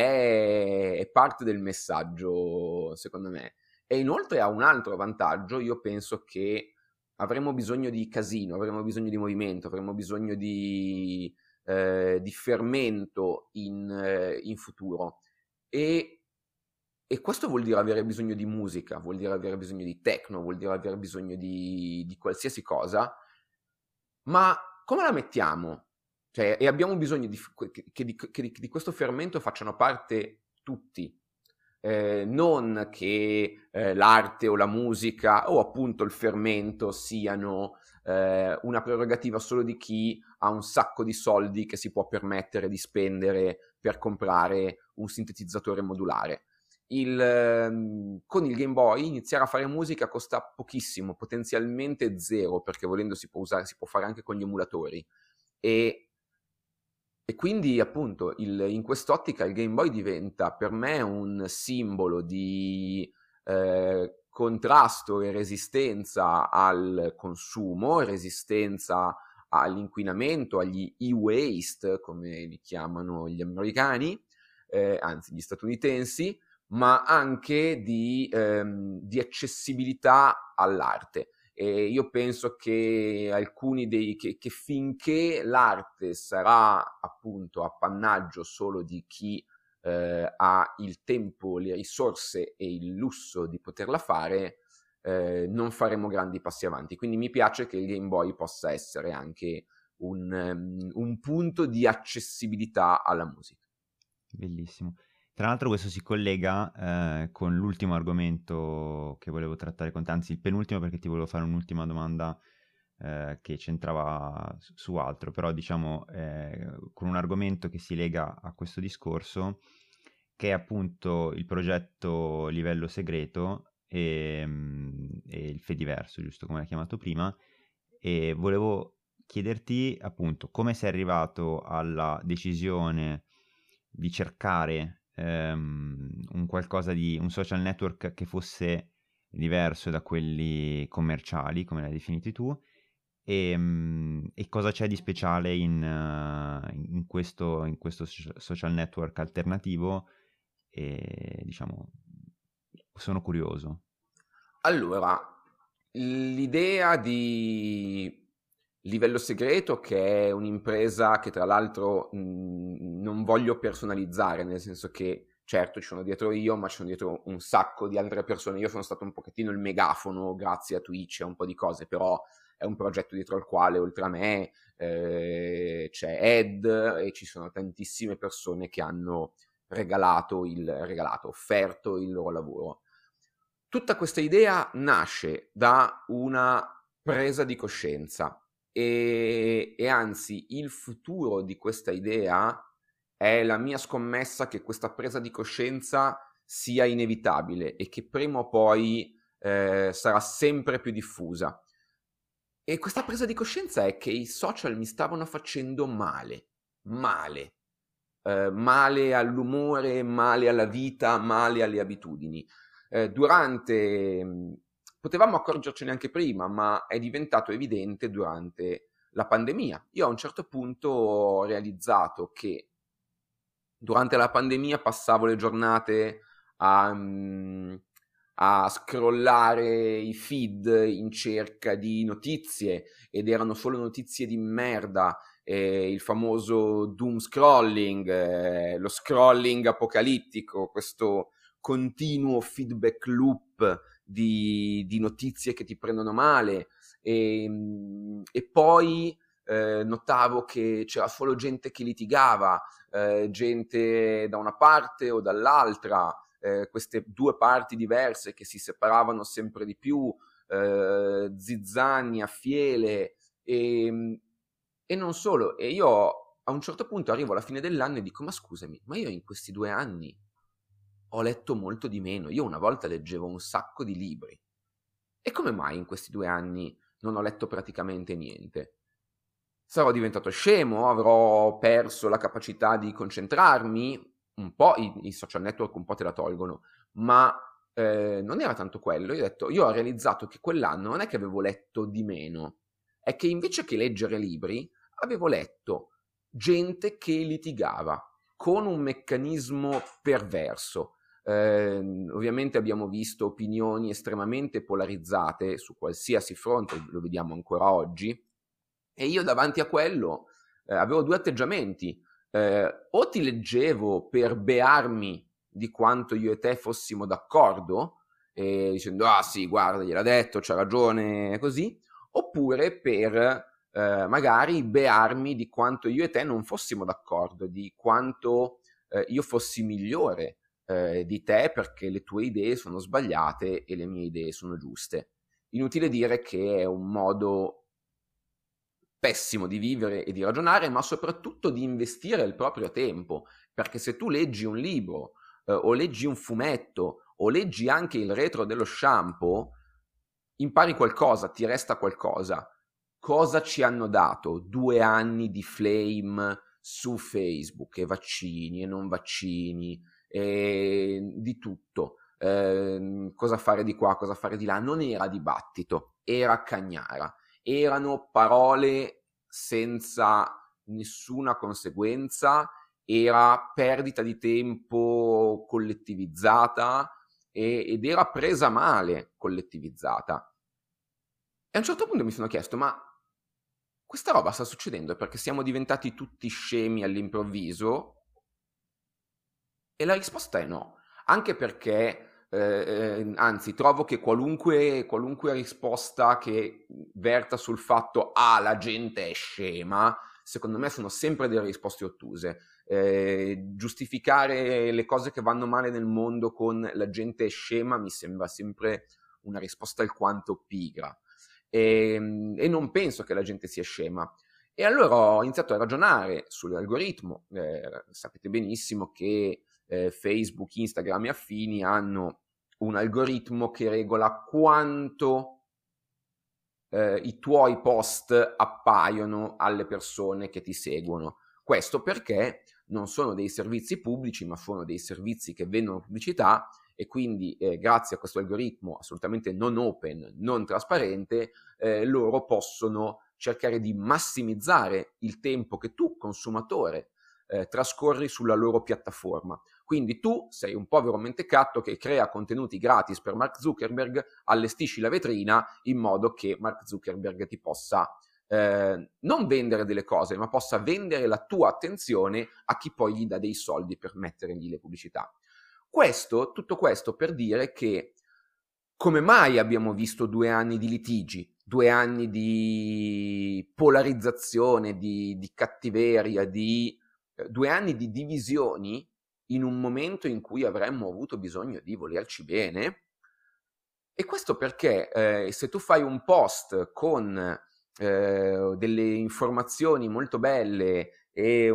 È parte del messaggio, secondo me. E inoltre ha un altro vantaggio. Io penso che avremo bisogno di casino, avremo bisogno di movimento, avremo bisogno di fermento in futuro. E questo vuol dire avere bisogno di musica, vuol dire avere bisogno di techno, vuol dire avere bisogno di qualsiasi cosa, ma come la mettiamo? Cioè, e abbiamo bisogno che di questo fermento facciano parte tutti, non che l'arte o la musica o appunto il fermento siano una prerogativa solo di chi ha un sacco di soldi che si può permettere di spendere per comprare un sintetizzatore modulare. Con il Game Boy iniziare a fare musica costa pochissimo, potenzialmente zero, perché volendo si può fare anche con gli emulatori. E quindi appunto in quest'ottica il Game Boy diventa per me un simbolo di contrasto e resistenza al consumo, resistenza all'inquinamento, agli e-waste, come li chiamano gli americani, anzi gli statunitensi, ma anche di accessibilità all'arte. E io penso che che finché l'arte sarà appunto appannaggio solo di chi ha il tempo, le risorse e il lusso di poterla fare, non faremo grandi passi avanti. Quindi mi piace che il Game Boy possa essere anche un punto di accessibilità alla musica. Bellissimo. Tra l'altro questo si collega con l'ultimo argomento che volevo trattare con te, anzi il penultimo, perché ti volevo fare un'ultima domanda che c'entrava su altro, però diciamo con un argomento che si lega a questo discorso, che è appunto il progetto Livello Segreto e il Fediverso, giusto come l'hai chiamato prima, e volevo chiederti appunto come sei arrivato alla decisione di cercare un social network che fosse diverso da quelli commerciali, come l'hai definiti tu, e cosa c'è di speciale in questo social network alternativo, e diciamo sono curioso. Allora, l'idea di Livello Segreto, che è un'impresa che tra l'altro non voglio personalizzare, nel senso che certo ci sono dietro io, ma ci sono dietro un sacco di altre persone. Io sono stato un pochettino il megafono grazie a Twitch e un po' di cose, però è un progetto dietro al quale oltre a me c'è Ed e ci sono tantissime persone che hanno offerto il loro lavoro. Tutta questa idea nasce da una presa di coscienza e anzi il futuro di questa idea è la mia scommessa che questa presa di coscienza sia inevitabile e che prima o poi sarà sempre più diffusa. E questa presa di coscienza è che i social mi stavano facendo male, male all'umore, male alla vita, male alle abitudini. Potevamo accorgercene anche prima, ma è diventato evidente durante la pandemia. Io a un certo punto ho realizzato che durante la pandemia passavo le giornate a scrollare i feed in cerca di notizie ed erano solo notizie di merda, il famoso doom scrolling, lo scrolling apocalittico, questo continuo feedback loop di notizie che ti prendono male e poi notavo che c'era solo gente che litigava, gente da una parte o dall'altra, queste due parti diverse che si separavano sempre di più, zizzania, fiele e non solo. E io a un certo punto arrivo alla fine dell'anno e dico: ma scusami, ma io in questi 2 anni ho letto molto di meno. Io una volta leggevo un sacco di libri. E come mai in questi 2 anni non ho letto praticamente niente? Sarò diventato scemo? Avrò perso la capacità di concentrarmi? Un po', i social network un po' te la tolgono, ma non era tanto quello. Io ho realizzato che quell'anno non è che avevo letto di meno, è che invece che leggere libri avevo letto gente che litigava con un meccanismo perverso. Ovviamente abbiamo visto opinioni estremamente polarizzate su qualsiasi fronte, lo vediamo ancora oggi, e io davanti a quello avevo due atteggiamenti. O ti leggevo per bearmi di quanto io e te fossimo d'accordo, dicendo ah sì, guarda, gliel'ha detto, c'ha ragione, così, oppure per magari bearmi di quanto io e te non fossimo d'accordo, di quanto io fossi migliore di te perché le tue idee sono sbagliate e le mie idee sono giuste. Inutile dire che è un modo pessimo di vivere e di ragionare, ma soprattutto di investire il proprio tempo, perché se tu leggi un libro o leggi un fumetto o leggi anche il retro dello shampoo, impari qualcosa, ti resta qualcosa. Cosa ci hanno dato 2 anni di flame su Facebook, e vaccini e non vaccini, e di tutto, cosa fare di qua, cosa fare di là? Non era dibattito, era cagnara, erano parole senza nessuna conseguenza, era perdita di tempo collettivizzata ed era presa male collettivizzata. E a un certo punto mi sono chiesto, ma questa roba sta succedendo perché siamo diventati tutti scemi all'improvviso? E la risposta è no, anche perché, anzi, trovo che qualunque risposta che verta sul fatto "ah, la gente è scema", secondo me sono sempre delle risposte ottuse. Giustificare le cose che vanno male nel mondo con "la gente è scema" mi sembra sempre una risposta alquanto pigra. E non penso che la gente sia scema. E allora ho iniziato a ragionare sull'algoritmo. Sapete benissimo che Facebook, Instagram e affini hanno un algoritmo che regola quanto i tuoi post appaiono alle persone che ti seguono. Questo perché non sono dei servizi pubblici, ma sono dei servizi che vendono pubblicità e quindi grazie a questo algoritmo assolutamente non open, non trasparente, loro possono cercare di massimizzare il tempo che tu, consumatore, trascorri sulla loro piattaforma. Quindi tu sei un povero mentecatto che crea contenuti gratis per Mark Zuckerberg, allestisci la vetrina in modo che Mark Zuckerberg ti possa non vendere delle cose, ma possa vendere la tua attenzione a chi poi gli dà dei soldi per mettergli le pubblicità. Tutto questo per dire che come mai abbiamo visto 2 anni di litigi, 2 anni di polarizzazione, di cattiveria, 2 anni di divisioni in un momento in cui avremmo avuto bisogno di volerci bene? E questo perché se tu fai un post con delle informazioni molto belle e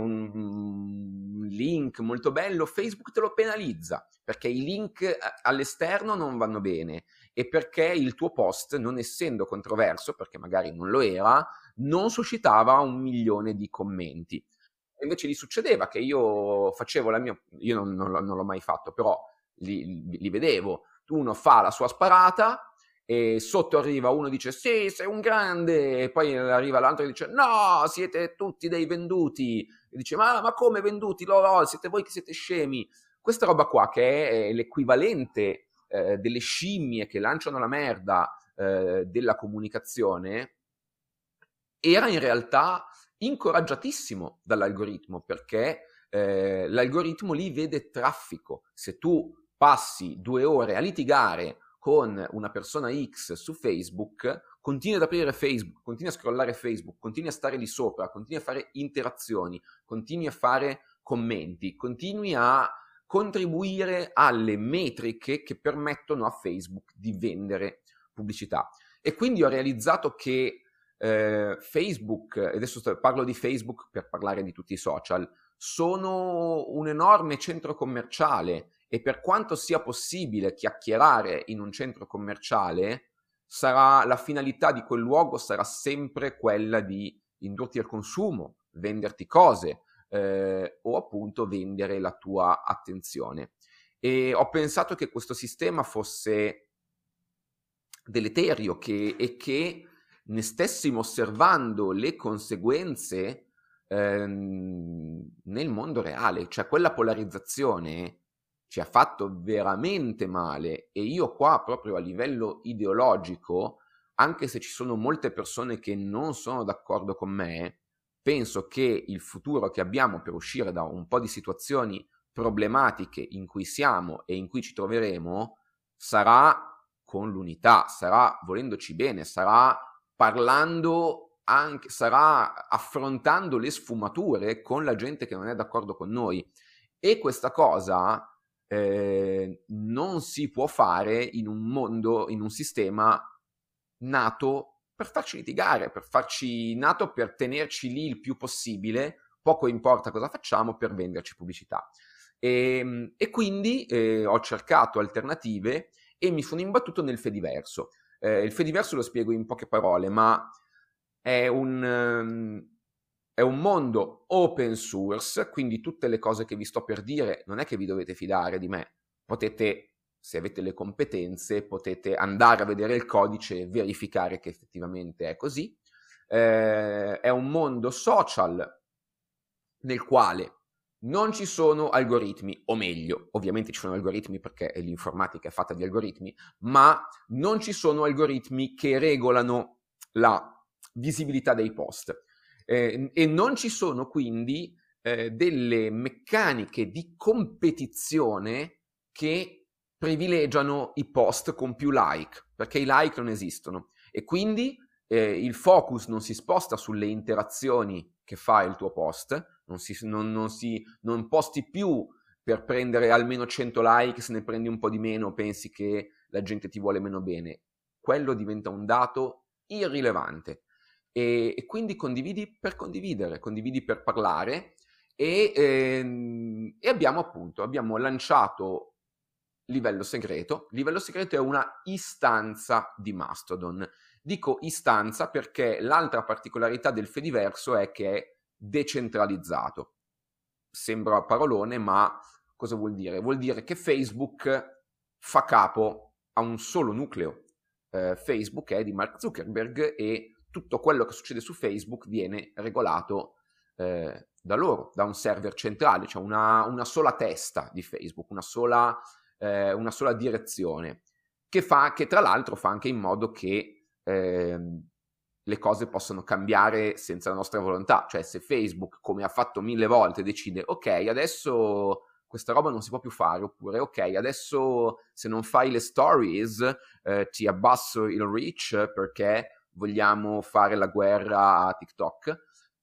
un link molto bello, Facebook te lo penalizza, perché i link all'esterno non vanno bene e perché il tuo post, non essendo controverso, perché magari non lo era, non suscitava 1 milione di commenti. Invece gli succedeva che io facevo la mia, io non l'ho mai fatto, però li vedevo, uno fa la sua sparata e sotto arriva uno e dice sì, sei un grande, e poi arriva l'altro e dice no, siete tutti dei venduti, e dice ma come venduti, siete voi che siete scemi. Questa roba qua, che è l'equivalente delle scimmie che lanciano la merda della comunicazione, era in realtà incoraggiatissimo dall'algoritmo, perché l'algoritmo lì vede traffico. Se tu passi 2 ore a litigare con una persona X su Facebook, continui ad aprire Facebook, continui a scrollare Facebook, continui a stare lì sopra, continui a fare interazioni, continui a fare commenti, continui a contribuire alle metriche che permettono a Facebook di vendere pubblicità. E quindi ho realizzato che Facebook, e adesso parlo di Facebook per parlare di tutti i social, sono un enorme centro commerciale, e per quanto sia possibile chiacchierare in un centro commerciale, la finalità di quel luogo sarà sempre quella di indurti al consumo, venderti cose, o appunto vendere la tua attenzione. E ho pensato che questo sistema fosse deleterio e che ne stessimo osservando le conseguenze nel mondo reale, cioè quella polarizzazione ci ha fatto veramente male. E io qua, proprio a livello ideologico, anche se ci sono molte persone che non sono d'accordo con me, penso che il futuro che abbiamo per uscire da un po' di situazioni problematiche in cui siamo e in cui ci troveremo sarà con l'unità, sarà volendoci bene, sarà parlando anche, sarà affrontando le sfumature con la gente che non è d'accordo con noi. E questa cosa non si può fare in un mondo, in un sistema nato per farci litigare, nato per tenerci lì il più possibile, poco importa cosa facciamo, per venderci pubblicità. E quindi ho cercato alternative e mi sono imbattuto nel Fediverso. Il Fediverso lo spiego in poche parole, ma è un mondo open source, quindi tutte le cose che vi sto per dire non è che vi dovete fidare di me. Potete, se avete le competenze, potete andare a vedere il codice e verificare che effettivamente è così. È un mondo social nel quale non ci sono algoritmi, o meglio, ovviamente ci sono algoritmi perché l'informatica è fatta di algoritmi, ma non ci sono algoritmi che regolano la visibilità dei post. E non ci sono quindi delle meccaniche di competizione che privilegiano i post con più like, perché i like non esistono. E quindi il focus non si sposta sulle interazioni che fa il tuo post, non posti più per prendere almeno 100 like, se ne prendi un po' di meno pensi che la gente ti vuole meno bene. Quello diventa un dato irrilevante. E quindi condividi per condividere, condividi per parlare, e abbiamo lanciato Livello Segreto. Livello Segreto è una istanza di Mastodon. Dico istanza perché l'altra particolarità del Fediverso è che è decentralizzato. Sembra parolone, ma cosa vuol dire? Vuol dire che Facebook fa capo a un solo nucleo. Facebook è di Mark Zuckerberg e tutto quello che succede su Facebook viene regolato da loro, da un server centrale, cioè una sola testa di Facebook, una sola direzione, che tra l'altro fa anche in modo che le cose possono cambiare senza la nostra volontà. Cioè, se Facebook, come ha fatto 1000 volte, decide ok, adesso questa roba non si può più fare, oppure ok, adesso se non fai le stories ti abbasso il reach perché vogliamo fare la guerra a TikTok.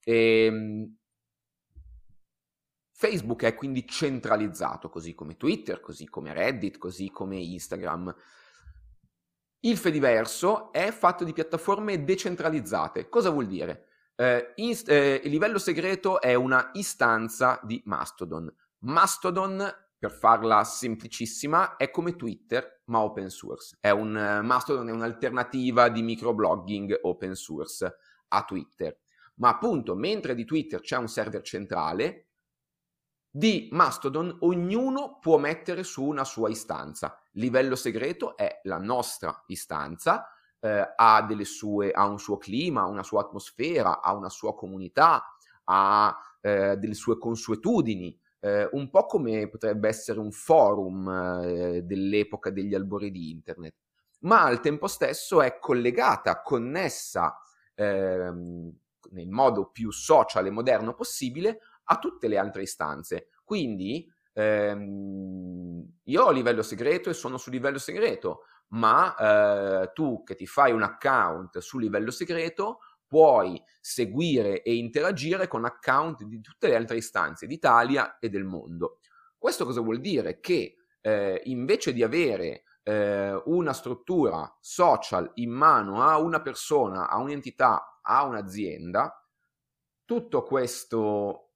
Facebook è quindi centralizzato, così come Twitter, così come Reddit, così come Instagram. Il Fediverso è fatto di piattaforme decentralizzate. Cosa vuol dire? Il Livello Segreto è una istanza di Mastodon. Mastodon, per farla semplicissima, è come Twitter, ma open source. Mastodon è un'alternativa di microblogging open source a Twitter. Ma appunto, mentre di Twitter c'è un server centrale, di Mastodon ognuno può mettere su una sua istanza. Livello Segreto è la nostra istanza, ha un suo clima, una sua atmosfera, ha una sua comunità, ha delle sue consuetudini, un po' come potrebbe essere un forum dell'epoca degli albori di internet, ma al tempo stesso è collegata, connessa nel modo più social e moderno possibile a tutte le altre istanze. Quindi io ho Livello Segreto e sono su Livello Segreto, ma tu che ti fai un account su livello segreto puoi seguire e interagire con account di tutte le altre istanze d'Italia e del mondo. Questo cosa vuol dire? Che invece di avere una struttura social in mano a una persona, a un'entità, a un'azienda, tutto questo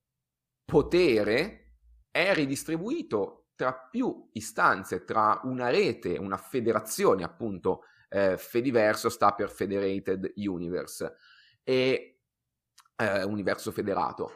potere è ridistribuito tra più istanze, tra una rete, una federazione, appunto, Fediverso sta per Federated Universe, e universo federato.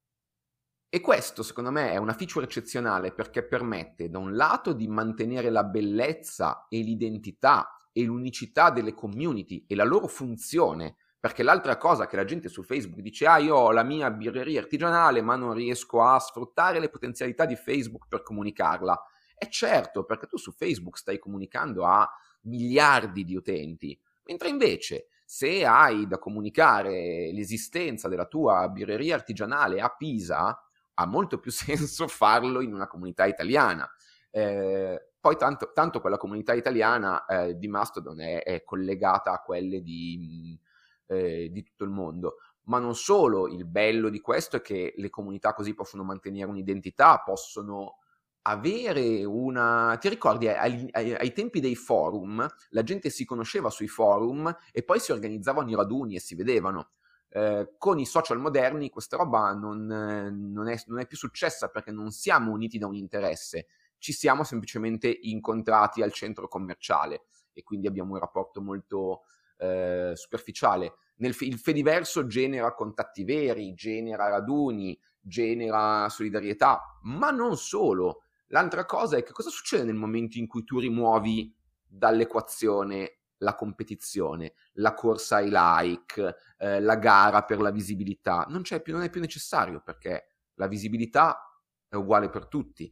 E questo, secondo me, è una feature eccezionale perché permette, da un lato, di mantenere la bellezza e l'identità e l'unicità delle community e la loro funzione, perché l'altra cosa che la gente su Facebook dice: io ho la mia birreria artigianale ma non riesco a sfruttare le potenzialità di Facebook per comunicarla. E certo, perché tu su Facebook stai comunicando a miliardi di utenti, mentre invece se hai da comunicare l'esistenza della tua birreria artigianale a Pisa, ha molto più senso farlo in una comunità italiana. Poi tanto quella comunità italiana di Mastodon è collegata a quelle di tutto il mondo. Ma non solo, il bello di questo è che le comunità così possono mantenere un'identità, possono avere una... Ti ricordi, ai tempi dei forum, la gente si conosceva sui forum e poi si organizzavano i raduni e si vedevano. Con i social moderni questa roba non è più successa perché non siamo uniti da un interesse, ci siamo semplicemente incontrati al centro commerciale e quindi abbiamo un rapporto molto superficiale. Il Fediverso genera contatti veri, genera raduni, genera solidarietà, ma non solo. L'altra cosa è che cosa succede nel momento in cui tu rimuovi dall'equazione la competizione, la corsa ai like, la gara per la visibilità? Non è più necessario perché la visibilità è uguale per tutti.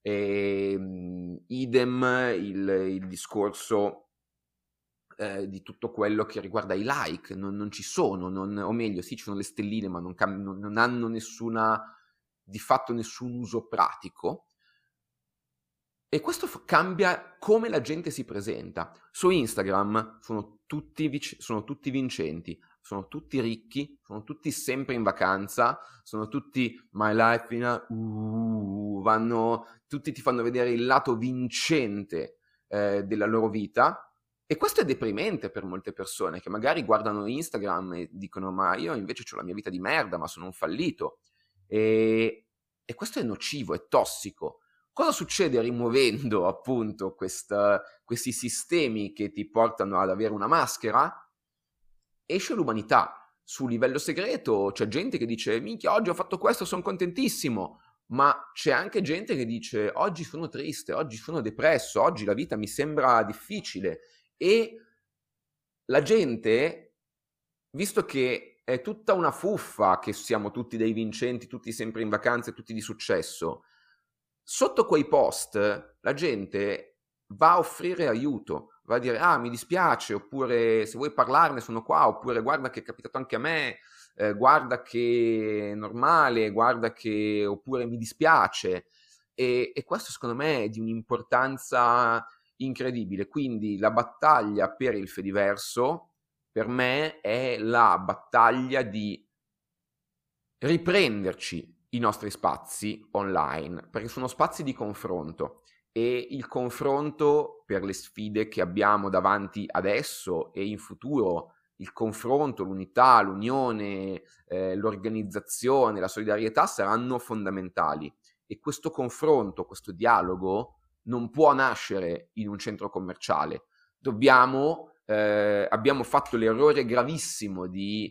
Idem il discorso di tutto quello che riguarda i like, non ci sono, o meglio, sì, ci sono le stelline, ma non hanno di fatto nessun uso pratico. E questo cambia come la gente si presenta. Su Instagram sono tutti vincenti, sono tutti ricchi, sono tutti sempre in vacanza, sono tutti my life in a... tutti ti fanno vedere il lato vincente della loro vita. E questo è deprimente per molte persone che magari guardano Instagram e dicono: ma io invece ho la mia vita di merda, ma sono un fallito. E questo è nocivo, è tossico. Cosa succede rimuovendo appunto questi sistemi che ti portano ad avere una maschera? Esce l'umanità. Su livello segreto c'è gente che dice: minchia, oggi ho fatto questo, sono contentissimo. Ma c'è anche gente che dice: oggi sono triste, oggi sono depresso, oggi la vita mi sembra difficile. E la gente, visto che è tutta una fuffa che siamo tutti dei vincenti, tutti sempre in vacanza, tutti di successo, sotto quei post la gente va a offrire aiuto, va a dire: ah, mi dispiace, oppure se vuoi parlarne sono qua, oppure guarda che è capitato anche a me, guarda che è normale, guarda che... oppure mi dispiace. E questo secondo me è di un'importanza incredibile. Quindi la battaglia per il Fediverso per me è la battaglia di riprenderci i nostri spazi online, perché sono spazi di confronto e il confronto per le sfide che abbiamo davanti adesso e in futuro, il confronto, l'unità, l'unione, l'organizzazione, la solidarietà saranno fondamentali. E questo confronto, questo dialogo non può nascere in un centro commerciale. Abbiamo fatto l'errore gravissimo di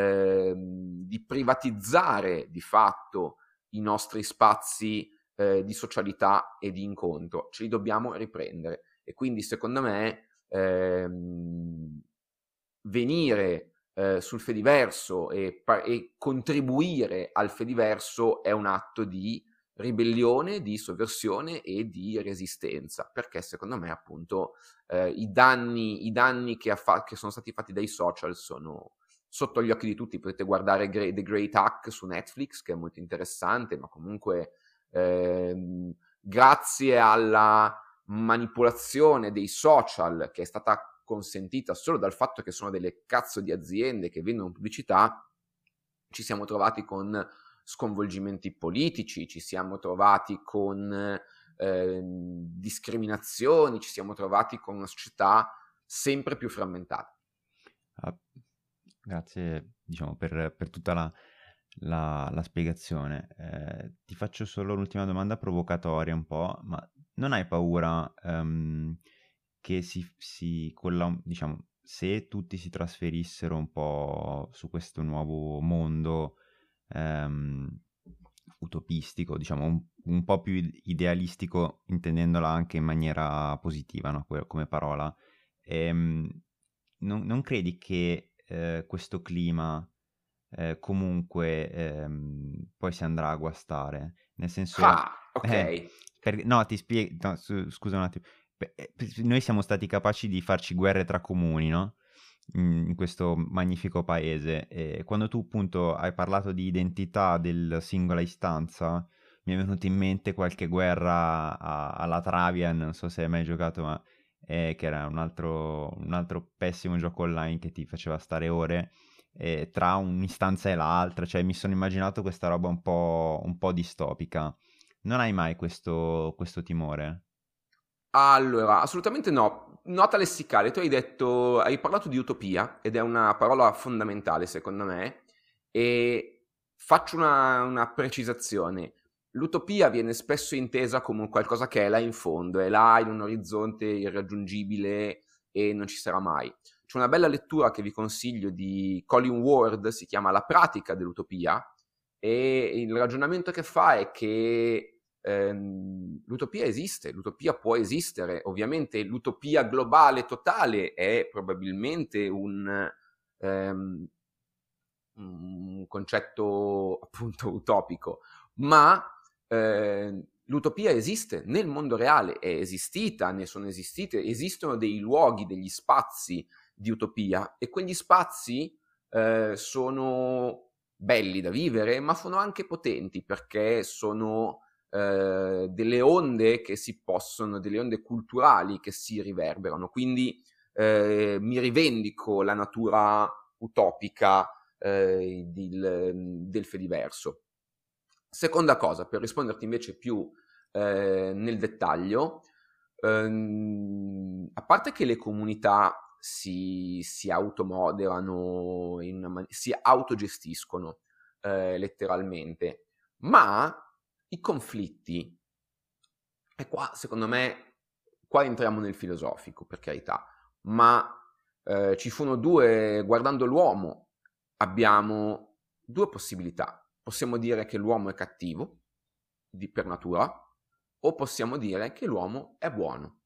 privatizzare di fatto i nostri spazi di socialità e di incontro. Ce li dobbiamo riprendere. E quindi secondo me venire sul Fediverso e contribuire al Fediverso è un atto di ribellione, di sovversione e di resistenza, perché secondo me appunto i danni che sono stati fatti dai social sono sotto gli occhi di tutti. Potete guardare The Great Hack su Netflix, che è molto interessante, ma comunque grazie alla manipolazione dei social che è stata consentita solo dal fatto che sono delle cazzo di aziende che vendono pubblicità, ci siamo trovati con sconvolgimenti politici, ci siamo trovati con discriminazioni, ci siamo trovati con una società sempre più frammentata. Ah, grazie, diciamo, per tutta la spiegazione. Ti faccio solo l'ultima domanda provocatoria un po', ma non hai paura che diciamo, se tutti si trasferissero un po' su questo nuovo mondo ehm, utopistico, diciamo, un po' più idealistico, intendendola anche in maniera positiva, no? Come parola, ehm, non credi che questo clima comunque poi si andrà a guastare? Nel senso, Ah, ok. no, ti spiego, no, scusa un attimo. Noi siamo stati capaci di farci guerre tra comuni, no? In questo magnifico paese. E quando tu appunto hai parlato di identità della singola istanza, mi è venuto in mente qualche guerra alla Travian, non so se hai mai giocato, ma che era un altro pessimo gioco online che ti faceva stare ore tra un'istanza e l'altra, cioè mi sono immaginato questa roba un po' distopica. Non hai mai questo timore? Allora, assolutamente no. Nota lessicale, tu hai parlato di utopia ed è una parola fondamentale secondo me e faccio una precisazione. L'utopia viene spesso intesa come un qualcosa che è là in fondo, è là in un orizzonte irraggiungibile e non ci sarà mai. C'è una bella lettura che vi consiglio di Colin Ward, si chiama La pratica dell'utopia, e il ragionamento che fa è che l'utopia esiste, l'utopia può esistere, ovviamente l'utopia globale totale è probabilmente ehm, un concetto appunto utopico, ma l'utopia esiste nel mondo reale, è esistita, ne sono esistite, esistono dei luoghi, degli spazi di utopia e quegli spazi sono belli da vivere, ma sono anche potenti perché sono delle onde che si possono, delle onde culturali che si riverberano. Quindi mi rivendico la natura utopica del Fediverso. Seconda cosa, per risponderti invece più nel dettaglio, a parte che le comunità si automoderano, si autogestiscono letteralmente, ma i conflitti, e qua secondo me, qua entriamo nel filosofico, per carità, ma ci sono guardando l'uomo, abbiamo due possibilità. Possiamo dire che l'uomo è cattivo, per natura, o possiamo dire che l'uomo è buono.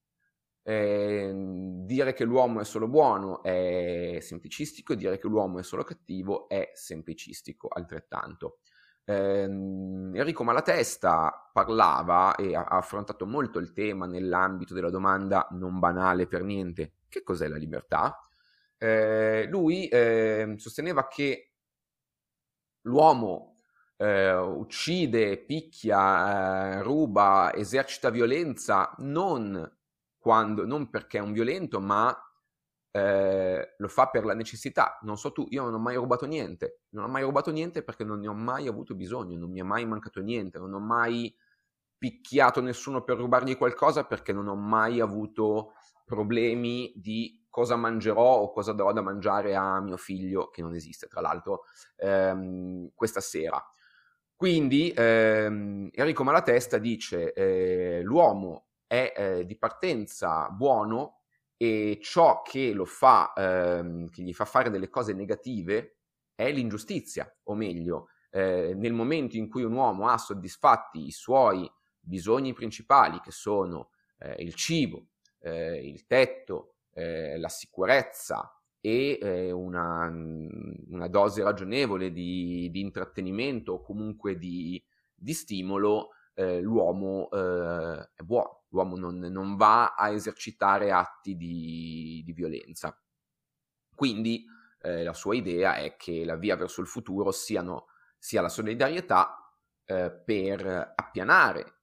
Dire che l'uomo è solo buono è semplicistico, dire che l'uomo è solo cattivo è semplicistico altrettanto. Enrico Malatesta parlava e ha affrontato molto il tema nell'ambito della domanda non banale per niente: che cos'è la libertà? Lui sosteneva che l'uomo uccide, picchia, ruba, esercita violenza non perché è un violento, ma lo fa per la necessità. Non so tu, io non ho mai rubato niente. Non ho mai rubato niente perché non ne ho mai avuto bisogno, non mi è mai mancato niente, non ho mai picchiato nessuno per rubargli qualcosa perché non ho mai avuto problemi di cosa mangerò o cosa darò da mangiare a mio figlio, che non esiste tra l'altro, questa sera. Quindi Enrico Malatesta dice l'uomo è di partenza buono e ciò che lo fa, che gli fa fare delle cose negative è l'ingiustizia, o meglio, nel momento in cui un uomo ha soddisfatti i suoi bisogni principali, che sono il cibo, il tetto, la sicurezza e una dose ragionevole di intrattenimento o comunque di stimolo, l'uomo è buono, l'uomo non va a esercitare atti di violenza. Quindi la sua idea è che la via verso il futuro sia la solidarietà per appianare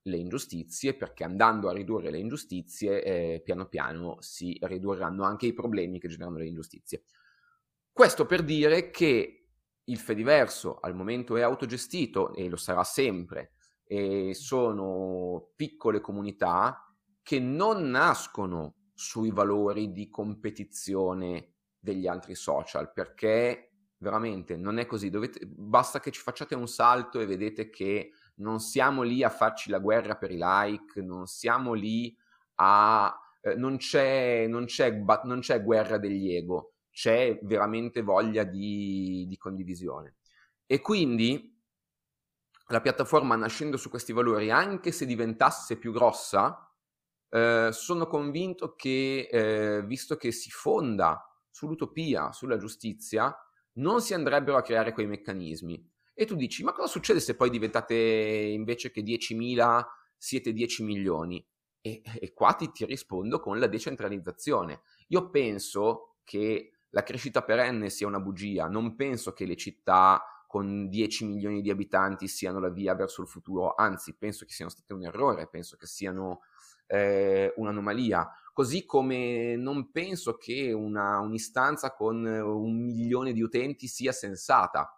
le ingiustizie, perché andando a ridurre le ingiustizie piano piano si ridurranno anche i problemi che generano le ingiustizie. Questo per dire che il Fediverso al momento è autogestito e lo sarà sempre, e sono piccole comunità che non nascono sui valori di competizione degli altri social, perché veramente non è così. Basta che ci facciate un salto e vedete che non siamo lì a farci la guerra per i like, non siamo lì a... non c'è guerra degli ego, c'è veramente voglia di condivisione. E quindi la piattaforma, nascendo su questi valori, anche se diventasse più grossa, sono convinto che, visto che si fonda sull'utopia, sulla giustizia, non si andrebbero a creare quei meccanismi. E tu dici, ma cosa succede se poi diventate, invece che 10.000, siete 10 milioni? E qua ti rispondo con la decentralizzazione. Io penso che la crescita perenne sia una bugia, non penso che le città con 10 milioni di abitanti siano la via verso il futuro, anzi penso che siano state un errore, penso che siano un'anomalia, così come non penso che un'istanza con 1 milione di utenti sia sensata.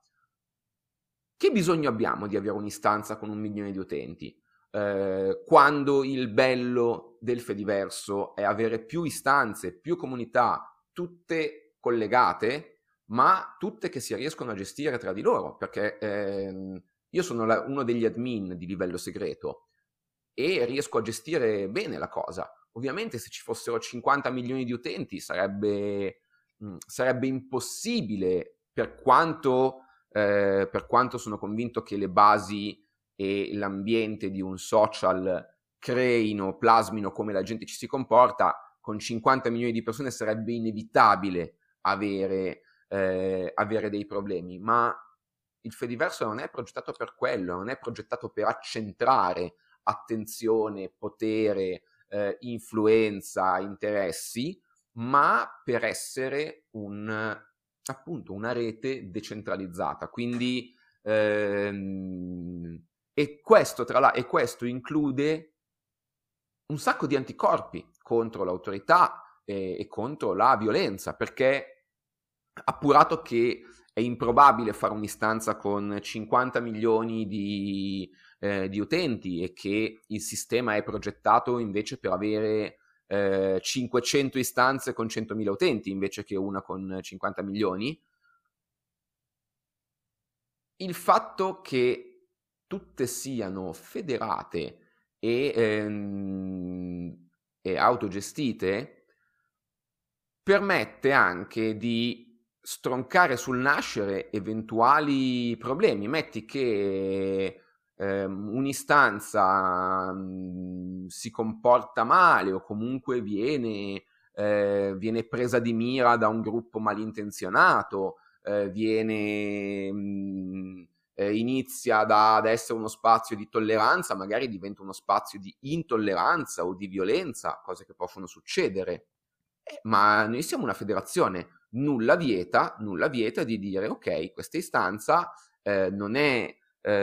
Che bisogno abbiamo di avere un'istanza con 1 milione di utenti? Quando il bello del Fediverso è avere più istanze, più comunità, tutte collegate, ma tutte che si riescono a gestire tra di loro, perché io sono uno degli admin di livello segreto e riesco a gestire bene la cosa. Ovviamente se ci fossero 50 milioni di utenti sarebbe impossibile, per quanto sono convinto che le basi e l'ambiente di un social plasmino come la gente ci si comporta. Con 50 milioni di persone sarebbe inevitabile avere dei problemi, ma il Fediverso non è progettato per quello, non è progettato per accentrare attenzione, potere, influenza, interessi, ma per essere appunto una rete decentralizzata. Quindi e questo include un sacco di anticorpi contro l'autorità e contro la violenza, perché appurato che è improbabile fare un'istanza con 50 milioni di utenti e che il sistema è progettato invece per avere 500 istanze con 100.000 utenti invece che una con 50 milioni, il fatto che tutte siano federate e autogestite permette anche di stroncare sul nascere eventuali problemi. Metti che un'istanza si comporta male o comunque viene presa di mira da un gruppo malintenzionato, inizia ad essere uno spazio di tolleranza, magari diventa uno spazio di intolleranza o di violenza, cose che possono succedere. Ma noi siamo una federazione, nulla vieta di dire ok, questa istanza non è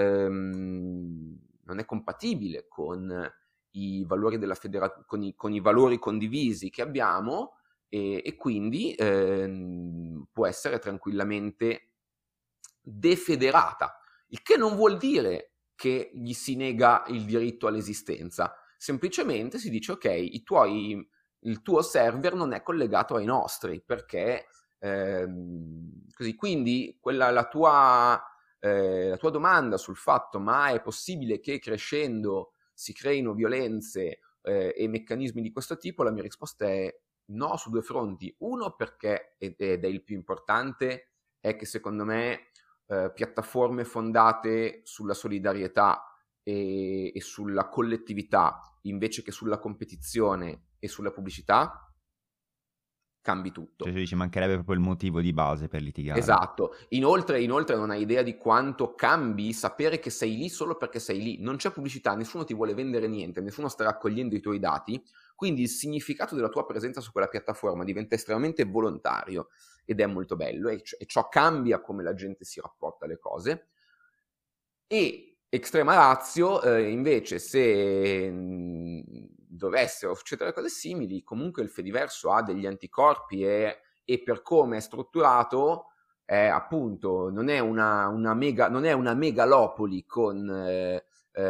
compatibile con i valori della federazione, con i valori condivisi che abbiamo, e quindi può essere tranquillamente defederata, il che non vuol dire che gli si nega il diritto all'esistenza, semplicemente si dice ok, il tuo server non è collegato ai nostri, perché così. Quindi la tua domanda sul fatto ma è possibile che crescendo si creino violenze e meccanismi di questo tipo, la mia risposta è no, su due fronti. Uno, perché, ed è il più importante, è che secondo me piattaforme fondate sulla solidarietà e sulla collettività invece che sulla competizione e sulla pubblicità, cambi tutto. Cioè, ci mancherebbe proprio il motivo di base per litigare. Esatto. Inoltre non hai idea di quanto cambi sapere che sei lì solo perché sei lì. Non c'è pubblicità, nessuno ti vuole vendere niente, nessuno sta raccogliendo i tuoi dati, quindi il significato della tua presenza su quella piattaforma diventa estremamente volontario ed è molto bello, e ciò cambia come la gente si rapporta alle cose. E Estrema Lazio, invece, se dovessero succedere cose simili, comunque il Fediverso ha degli anticorpi e per come è strutturato, appunto, non è una megalopoli con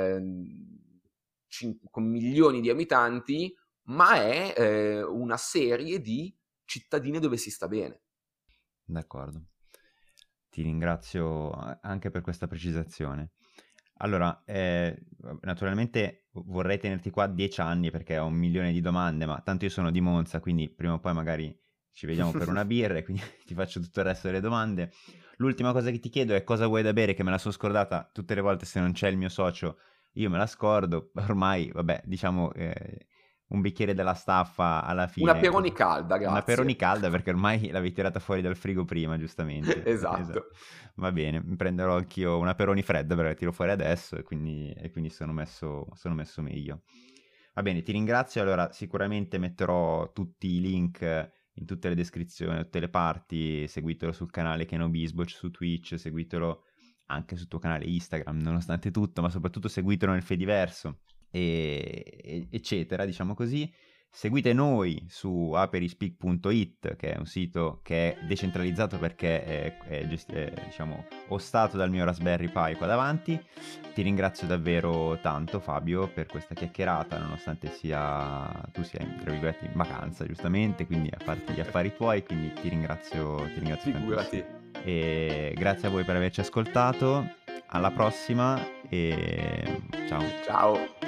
milioni di abitanti, ma è una serie di cittadine dove si sta bene. D'accordo. Ti ringrazio anche per questa precisazione. Allora, naturalmente vorrei tenerti qua 10 anni perché ho 1 milione di domande, ma tanto io sono di Monza, quindi prima o poi magari ci vediamo per una birra e quindi ti faccio tutto il resto delle domande. L'ultima cosa che ti chiedo è cosa vuoi da bere, che me la sono scordata tutte le volte, se non c'è il mio socio io me la scordo, ormai vabbè, diciamo un bicchiere della staffa alla Una fine. Peroni calda, Una Peroni grazie. calda perché ormai l'avevi tirata fuori dal frigo prima, giustamente. Esatto. Esatto. Va bene, mi prenderò anch'io una Peroni fredda perché la tiro fuori adesso e quindi sono messo meglio. Va bene, ti ringrazio. Allora, sicuramente metterò tutti i link in tutte le descrizioni, da tutte le parti. Seguitelo sul canale Kenobisboch su Twitch, seguitelo anche sul tuo canale Instagram, nonostante tutto, ma soprattutto seguitelo nel Fediverso, eccetera, diciamo così. Seguite noi su aperispeak.it, che è un sito che è decentralizzato perché è diciamo, hostato dal mio Raspberry Pi qua davanti. Ti ringrazio davvero tanto, Fabio, per questa chiacchierata, nonostante tu sia tra virgolette in vacanza, giustamente, quindi a farti gli affari tuoi, quindi ti ringrazio Figurati. tantissimo. E grazie a voi per averci ascoltato. Alla prossima e ciao. Ciao.